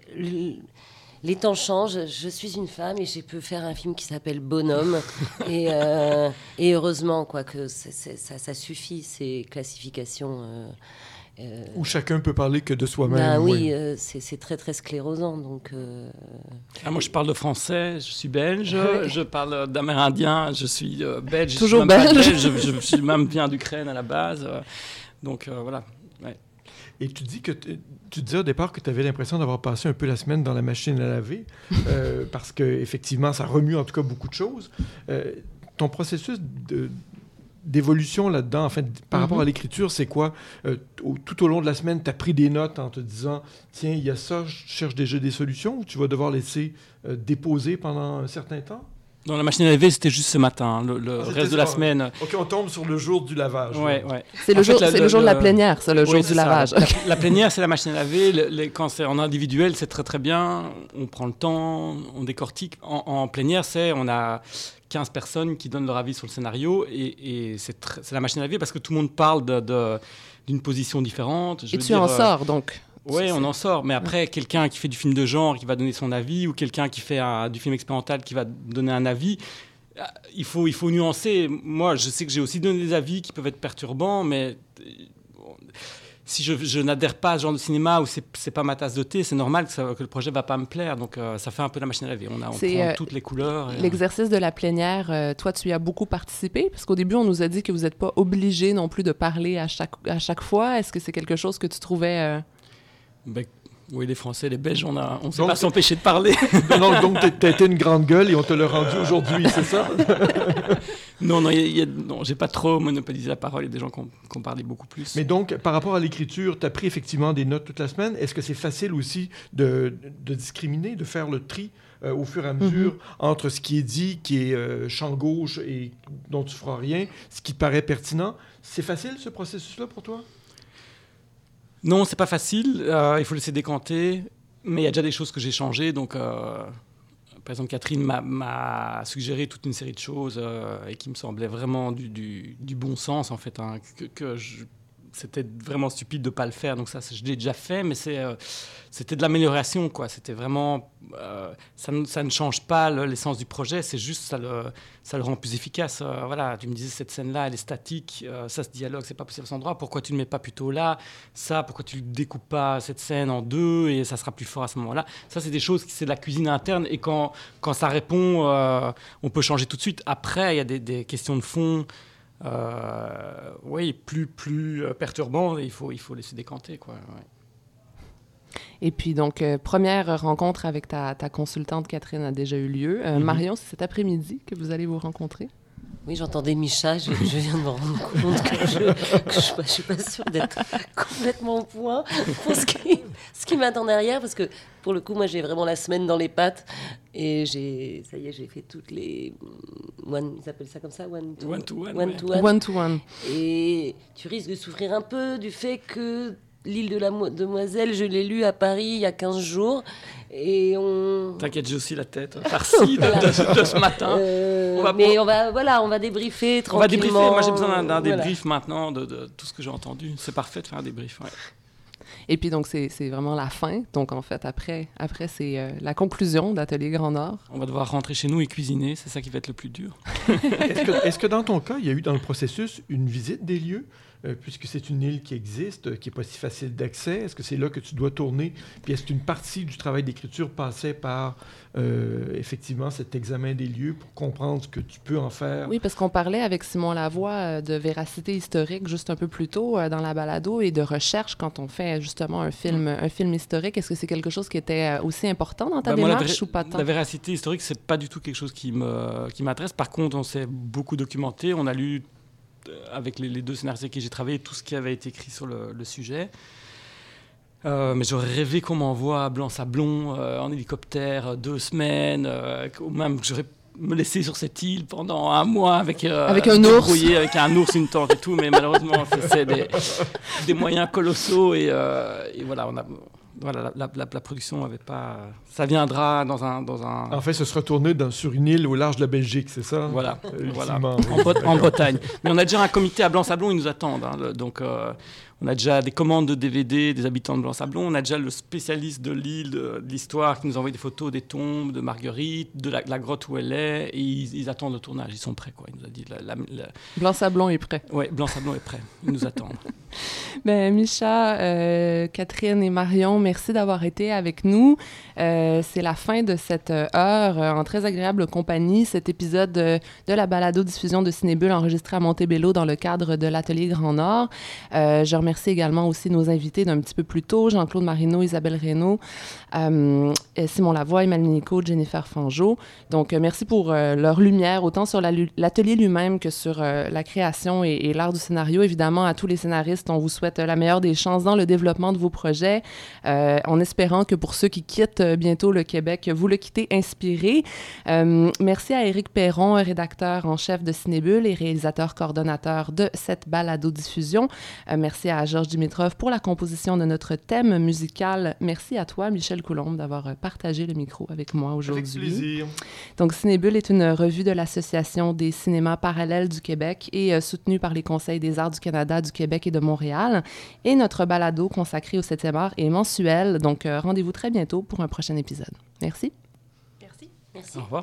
Speaker 10: les temps changent, je suis une femme et je peux faire un film qui s'appelle Bonhomme. et heureusement quoi, que ça suffit, ces classifications
Speaker 4: où chacun peut parler que de soi-même.
Speaker 10: Ben oui, c'est très très sclérosant. Donc,
Speaker 8: moi je parle de français, je suis belge, je parle d'amérindien, je suis belge.
Speaker 1: Toujours belge.
Speaker 8: Je même viens d'Ukraine à la base. Donc voilà. Ouais.
Speaker 4: Et tu disais au départ que tu avais l'impression d'avoir passé un peu la semaine dans la machine à laver, parce qu'effectivement, ça remue en tout cas beaucoup de choses. Ton processus d'évolution là-dedans, en fait, par rapport à l'écriture, c'est quoi? Tout au long de la semaine, tu as pris des notes en te disant « Tiens, il y a ça, je cherche déjà des solutions » ou tu vas devoir laisser déposer pendant un certain temps?
Speaker 8: Dans la machine à laver, c'était juste ce matin. Le reste de la semaine...
Speaker 4: OK, on tombe sur le jour du lavage.
Speaker 8: Ouais.
Speaker 1: C'est le jour de la plénière, ça, le jour du lavage.
Speaker 8: La plénière, c'est la machine à laver. Quand c'est en individuel, c'est très, très bien. On prend le temps, on décortique. En plénière, on a 15 personnes qui donnent leur avis sur le scénario et c'est la machine à laver parce que tout le monde parle d'une position différente.
Speaker 1: Et tu en sors, donc?
Speaker 8: Oui, on en sort. Mais après, quelqu'un qui fait du film de genre qui va donner son avis ou quelqu'un qui fait du film expérimental qui va donner un avis, il faut nuancer. Moi, je sais que j'ai aussi donné des avis qui peuvent être perturbants, mais si je n'adhère pas à ce genre de cinéma ou c'est pas ma tasse de thé, c'est normal que le projet va pas me plaire. Donc ça fait un peu la machine à laver. On prend toutes les couleurs.
Speaker 1: L'exercice de la plénière, toi, tu y as beaucoup participé, parce qu'au début, on nous a dit que vous n'êtes pas obligé non plus de parler à chaque fois. Est-ce que c'est quelque chose que tu trouvais...
Speaker 8: Oui, les Français, les Belges, on ne sait pas s'empêcher de parler.
Speaker 4: Donc, tu as été une grande gueule et on te l'a rendu aujourd'hui, c'est ça?
Speaker 8: Non, j'ai pas trop monopolisé la parole. Il y a des gens qui ont parlé beaucoup plus.
Speaker 4: Mais donc, par rapport à l'écriture, tu as pris effectivement des notes toute la semaine. Est-ce que c'est facile aussi de discriminer, de faire le tri au fur et à mesure entre ce qui est dit, qui est champ gauche et dont tu feras rien, ce qui te paraît pertinent? C'est facile, ce processus-là, pour toi?
Speaker 8: Non, c'est pas facile. Il faut laisser décanter. Mais il y a déjà des choses que j'ai changées. Donc, par exemple, Catherine m'a suggéré toute une série de choses et qui me semblaient vraiment du bon sens, en fait. C'était vraiment stupide de ne pas le faire. Donc ça, je l'ai déjà fait, mais c'était de l'amélioration, quoi. C'était vraiment... ça ne change pas l'essence du projet, c'est juste ça le rend plus efficace. Voilà, tu me disais, cette scène-là, elle est statique, ça, ce dialogue, c'est pas possible à cet endroit. Pourquoi tu ne le mets pas plutôt là? Ça, pourquoi tu ne découpes pas cette scène en deux et ça sera plus fort à ce moment-là? Ça, c'est des choses, c'est de la cuisine interne. Et quand ça répond, on peut changer tout de suite. Après, il y a des questions de fond... oui, plus perturbant, il faut laisser décanter, quoi. Ouais.
Speaker 1: Et puis, donc, première rencontre avec ta consultante Catherine a déjà eu lieu. Marion, c'est cet après-midi que vous allez vous rencontrer?
Speaker 10: Oui, j'entendais Micha, je viens de me rendre compte que je ne suis pas sûre d'être complètement au point pour ce qui m'attend derrière, parce que pour le coup, moi, j'ai vraiment la semaine dans les pattes et j'ai fait toutes les... ils appellent ça comme ça, one-to-one. Et tu risques de souffrir un peu du fait que L'île de la Demoiselle, je l'ai lu à Paris il y a 15 jours. Et
Speaker 8: T'inquiète, j'ai aussi la tête farcie de ce matin.
Speaker 10: On va débriefer tranquillement.
Speaker 8: On va débriefer. Moi, j'ai besoin d'un débrief maintenant de tout ce que j'ai entendu. C'est parfait de faire un débrief. Ouais.
Speaker 1: Et puis, donc, c'est vraiment la fin. Donc, en fait, après c'est la conclusion d'Atelier Grand Nord.
Speaker 8: On va devoir rentrer chez nous et cuisiner. C'est ça qui va être le plus dur.
Speaker 4: Est-ce que dans ton cas, il y a eu dans le processus une visite des lieux? Puisque c'est une île qui existe, qui n'est pas si facile d'accès, est-ce que c'est là que tu dois tourner? Puis est-ce qu'une partie du travail d'écriture passait par, effectivement, cet examen des lieux pour comprendre ce que tu peux en faire?
Speaker 1: Oui, parce qu'on parlait avec Simon Lavoie de véracité historique juste un peu plus tôt dans la balado et de recherche quand on fait justement un film historique. Est-ce que c'est quelque chose qui était aussi important dans ta démarche ou pas tant?
Speaker 8: La véracité historique, c'est pas du tout quelque chose qui m'intéresse. Par contre, on s'est beaucoup documenté. On a lu avec les deux scénaristes avec qui j'ai travaillé, tout ce qui avait été écrit sur le sujet. Mais j'aurais rêvé qu'on m'envoie à Blanc-Sablon en hélicoptère 2 semaines, ou même que j'aurais me laissé sur cette île pendant 1 mois avec
Speaker 1: un ours,
Speaker 8: avec un ours, une tente et tout. Mais malheureusement, c'est des moyens colossaux et voilà, la production n'avait pas... Ça viendra dans un...
Speaker 4: En fait, ce sera tourné sur une île au large de la Belgique, c'est ça?
Speaker 8: Voilà. En Bretagne. Mais on a déjà un comité à Blanc-Sablon, ils nous attendent. Donc, on a déjà des commandes de DVD des habitants de Blanc-Sablon. On a déjà le spécialiste de l'île, de l'histoire, qui nous envoie des photos des tombes de Marguerite, de la grotte où elle est. Et ils attendent le tournage. Ils sont prêts, quoi. Il nous a dit...
Speaker 1: Blanc-Sablon est prêt.
Speaker 8: Oui, Blanc-Sablon est prêt. Ils nous attendent.
Speaker 1: Micha, Catherine et Marion, merci d'avoir été avec nous. C'est la fin de cette heure en très agréable compagnie. Cet épisode de la balado-diffusion de Cinébule enregistré à Montebello dans le cadre de l'Atelier Grand Nord. Je remercie également aussi nos invités d'un petit peu plus tôt, Jean-Claude Marino, Isabelle Reynaud, Simon Lavoie, Emmanuel Nico, Jennifer Fangeau. Donc, merci pour leur lumière, autant sur l'atelier lui-même que sur la création et l'art du scénario. Évidemment, à tous les scénaristes, on vous souhaite la meilleure des chances dans le développement de vos projets, en espérant que pour ceux qui quittent bientôt le Québec, vous le quittez inspiré. Merci à Éric Perron, rédacteur en chef de Cinébule et réalisateur coordonnateur de cette balado-diffusion. Merci à Georges Dimitrov pour la composition de notre thème musical. Merci à toi, Michel Coulombe, d'avoir partagé le micro avec moi aujourd'hui.
Speaker 4: Avec plaisir.
Speaker 1: Donc, Cinébule est une revue de l'Association des cinémas parallèles du Québec et soutenue par les Conseils des arts du Canada, du Québec et de Montréal. Et notre balado consacré au 7e art est mensuel. Donc, rendez-vous très bientôt pour un prochain épisode. Merci.
Speaker 8: Au revoir.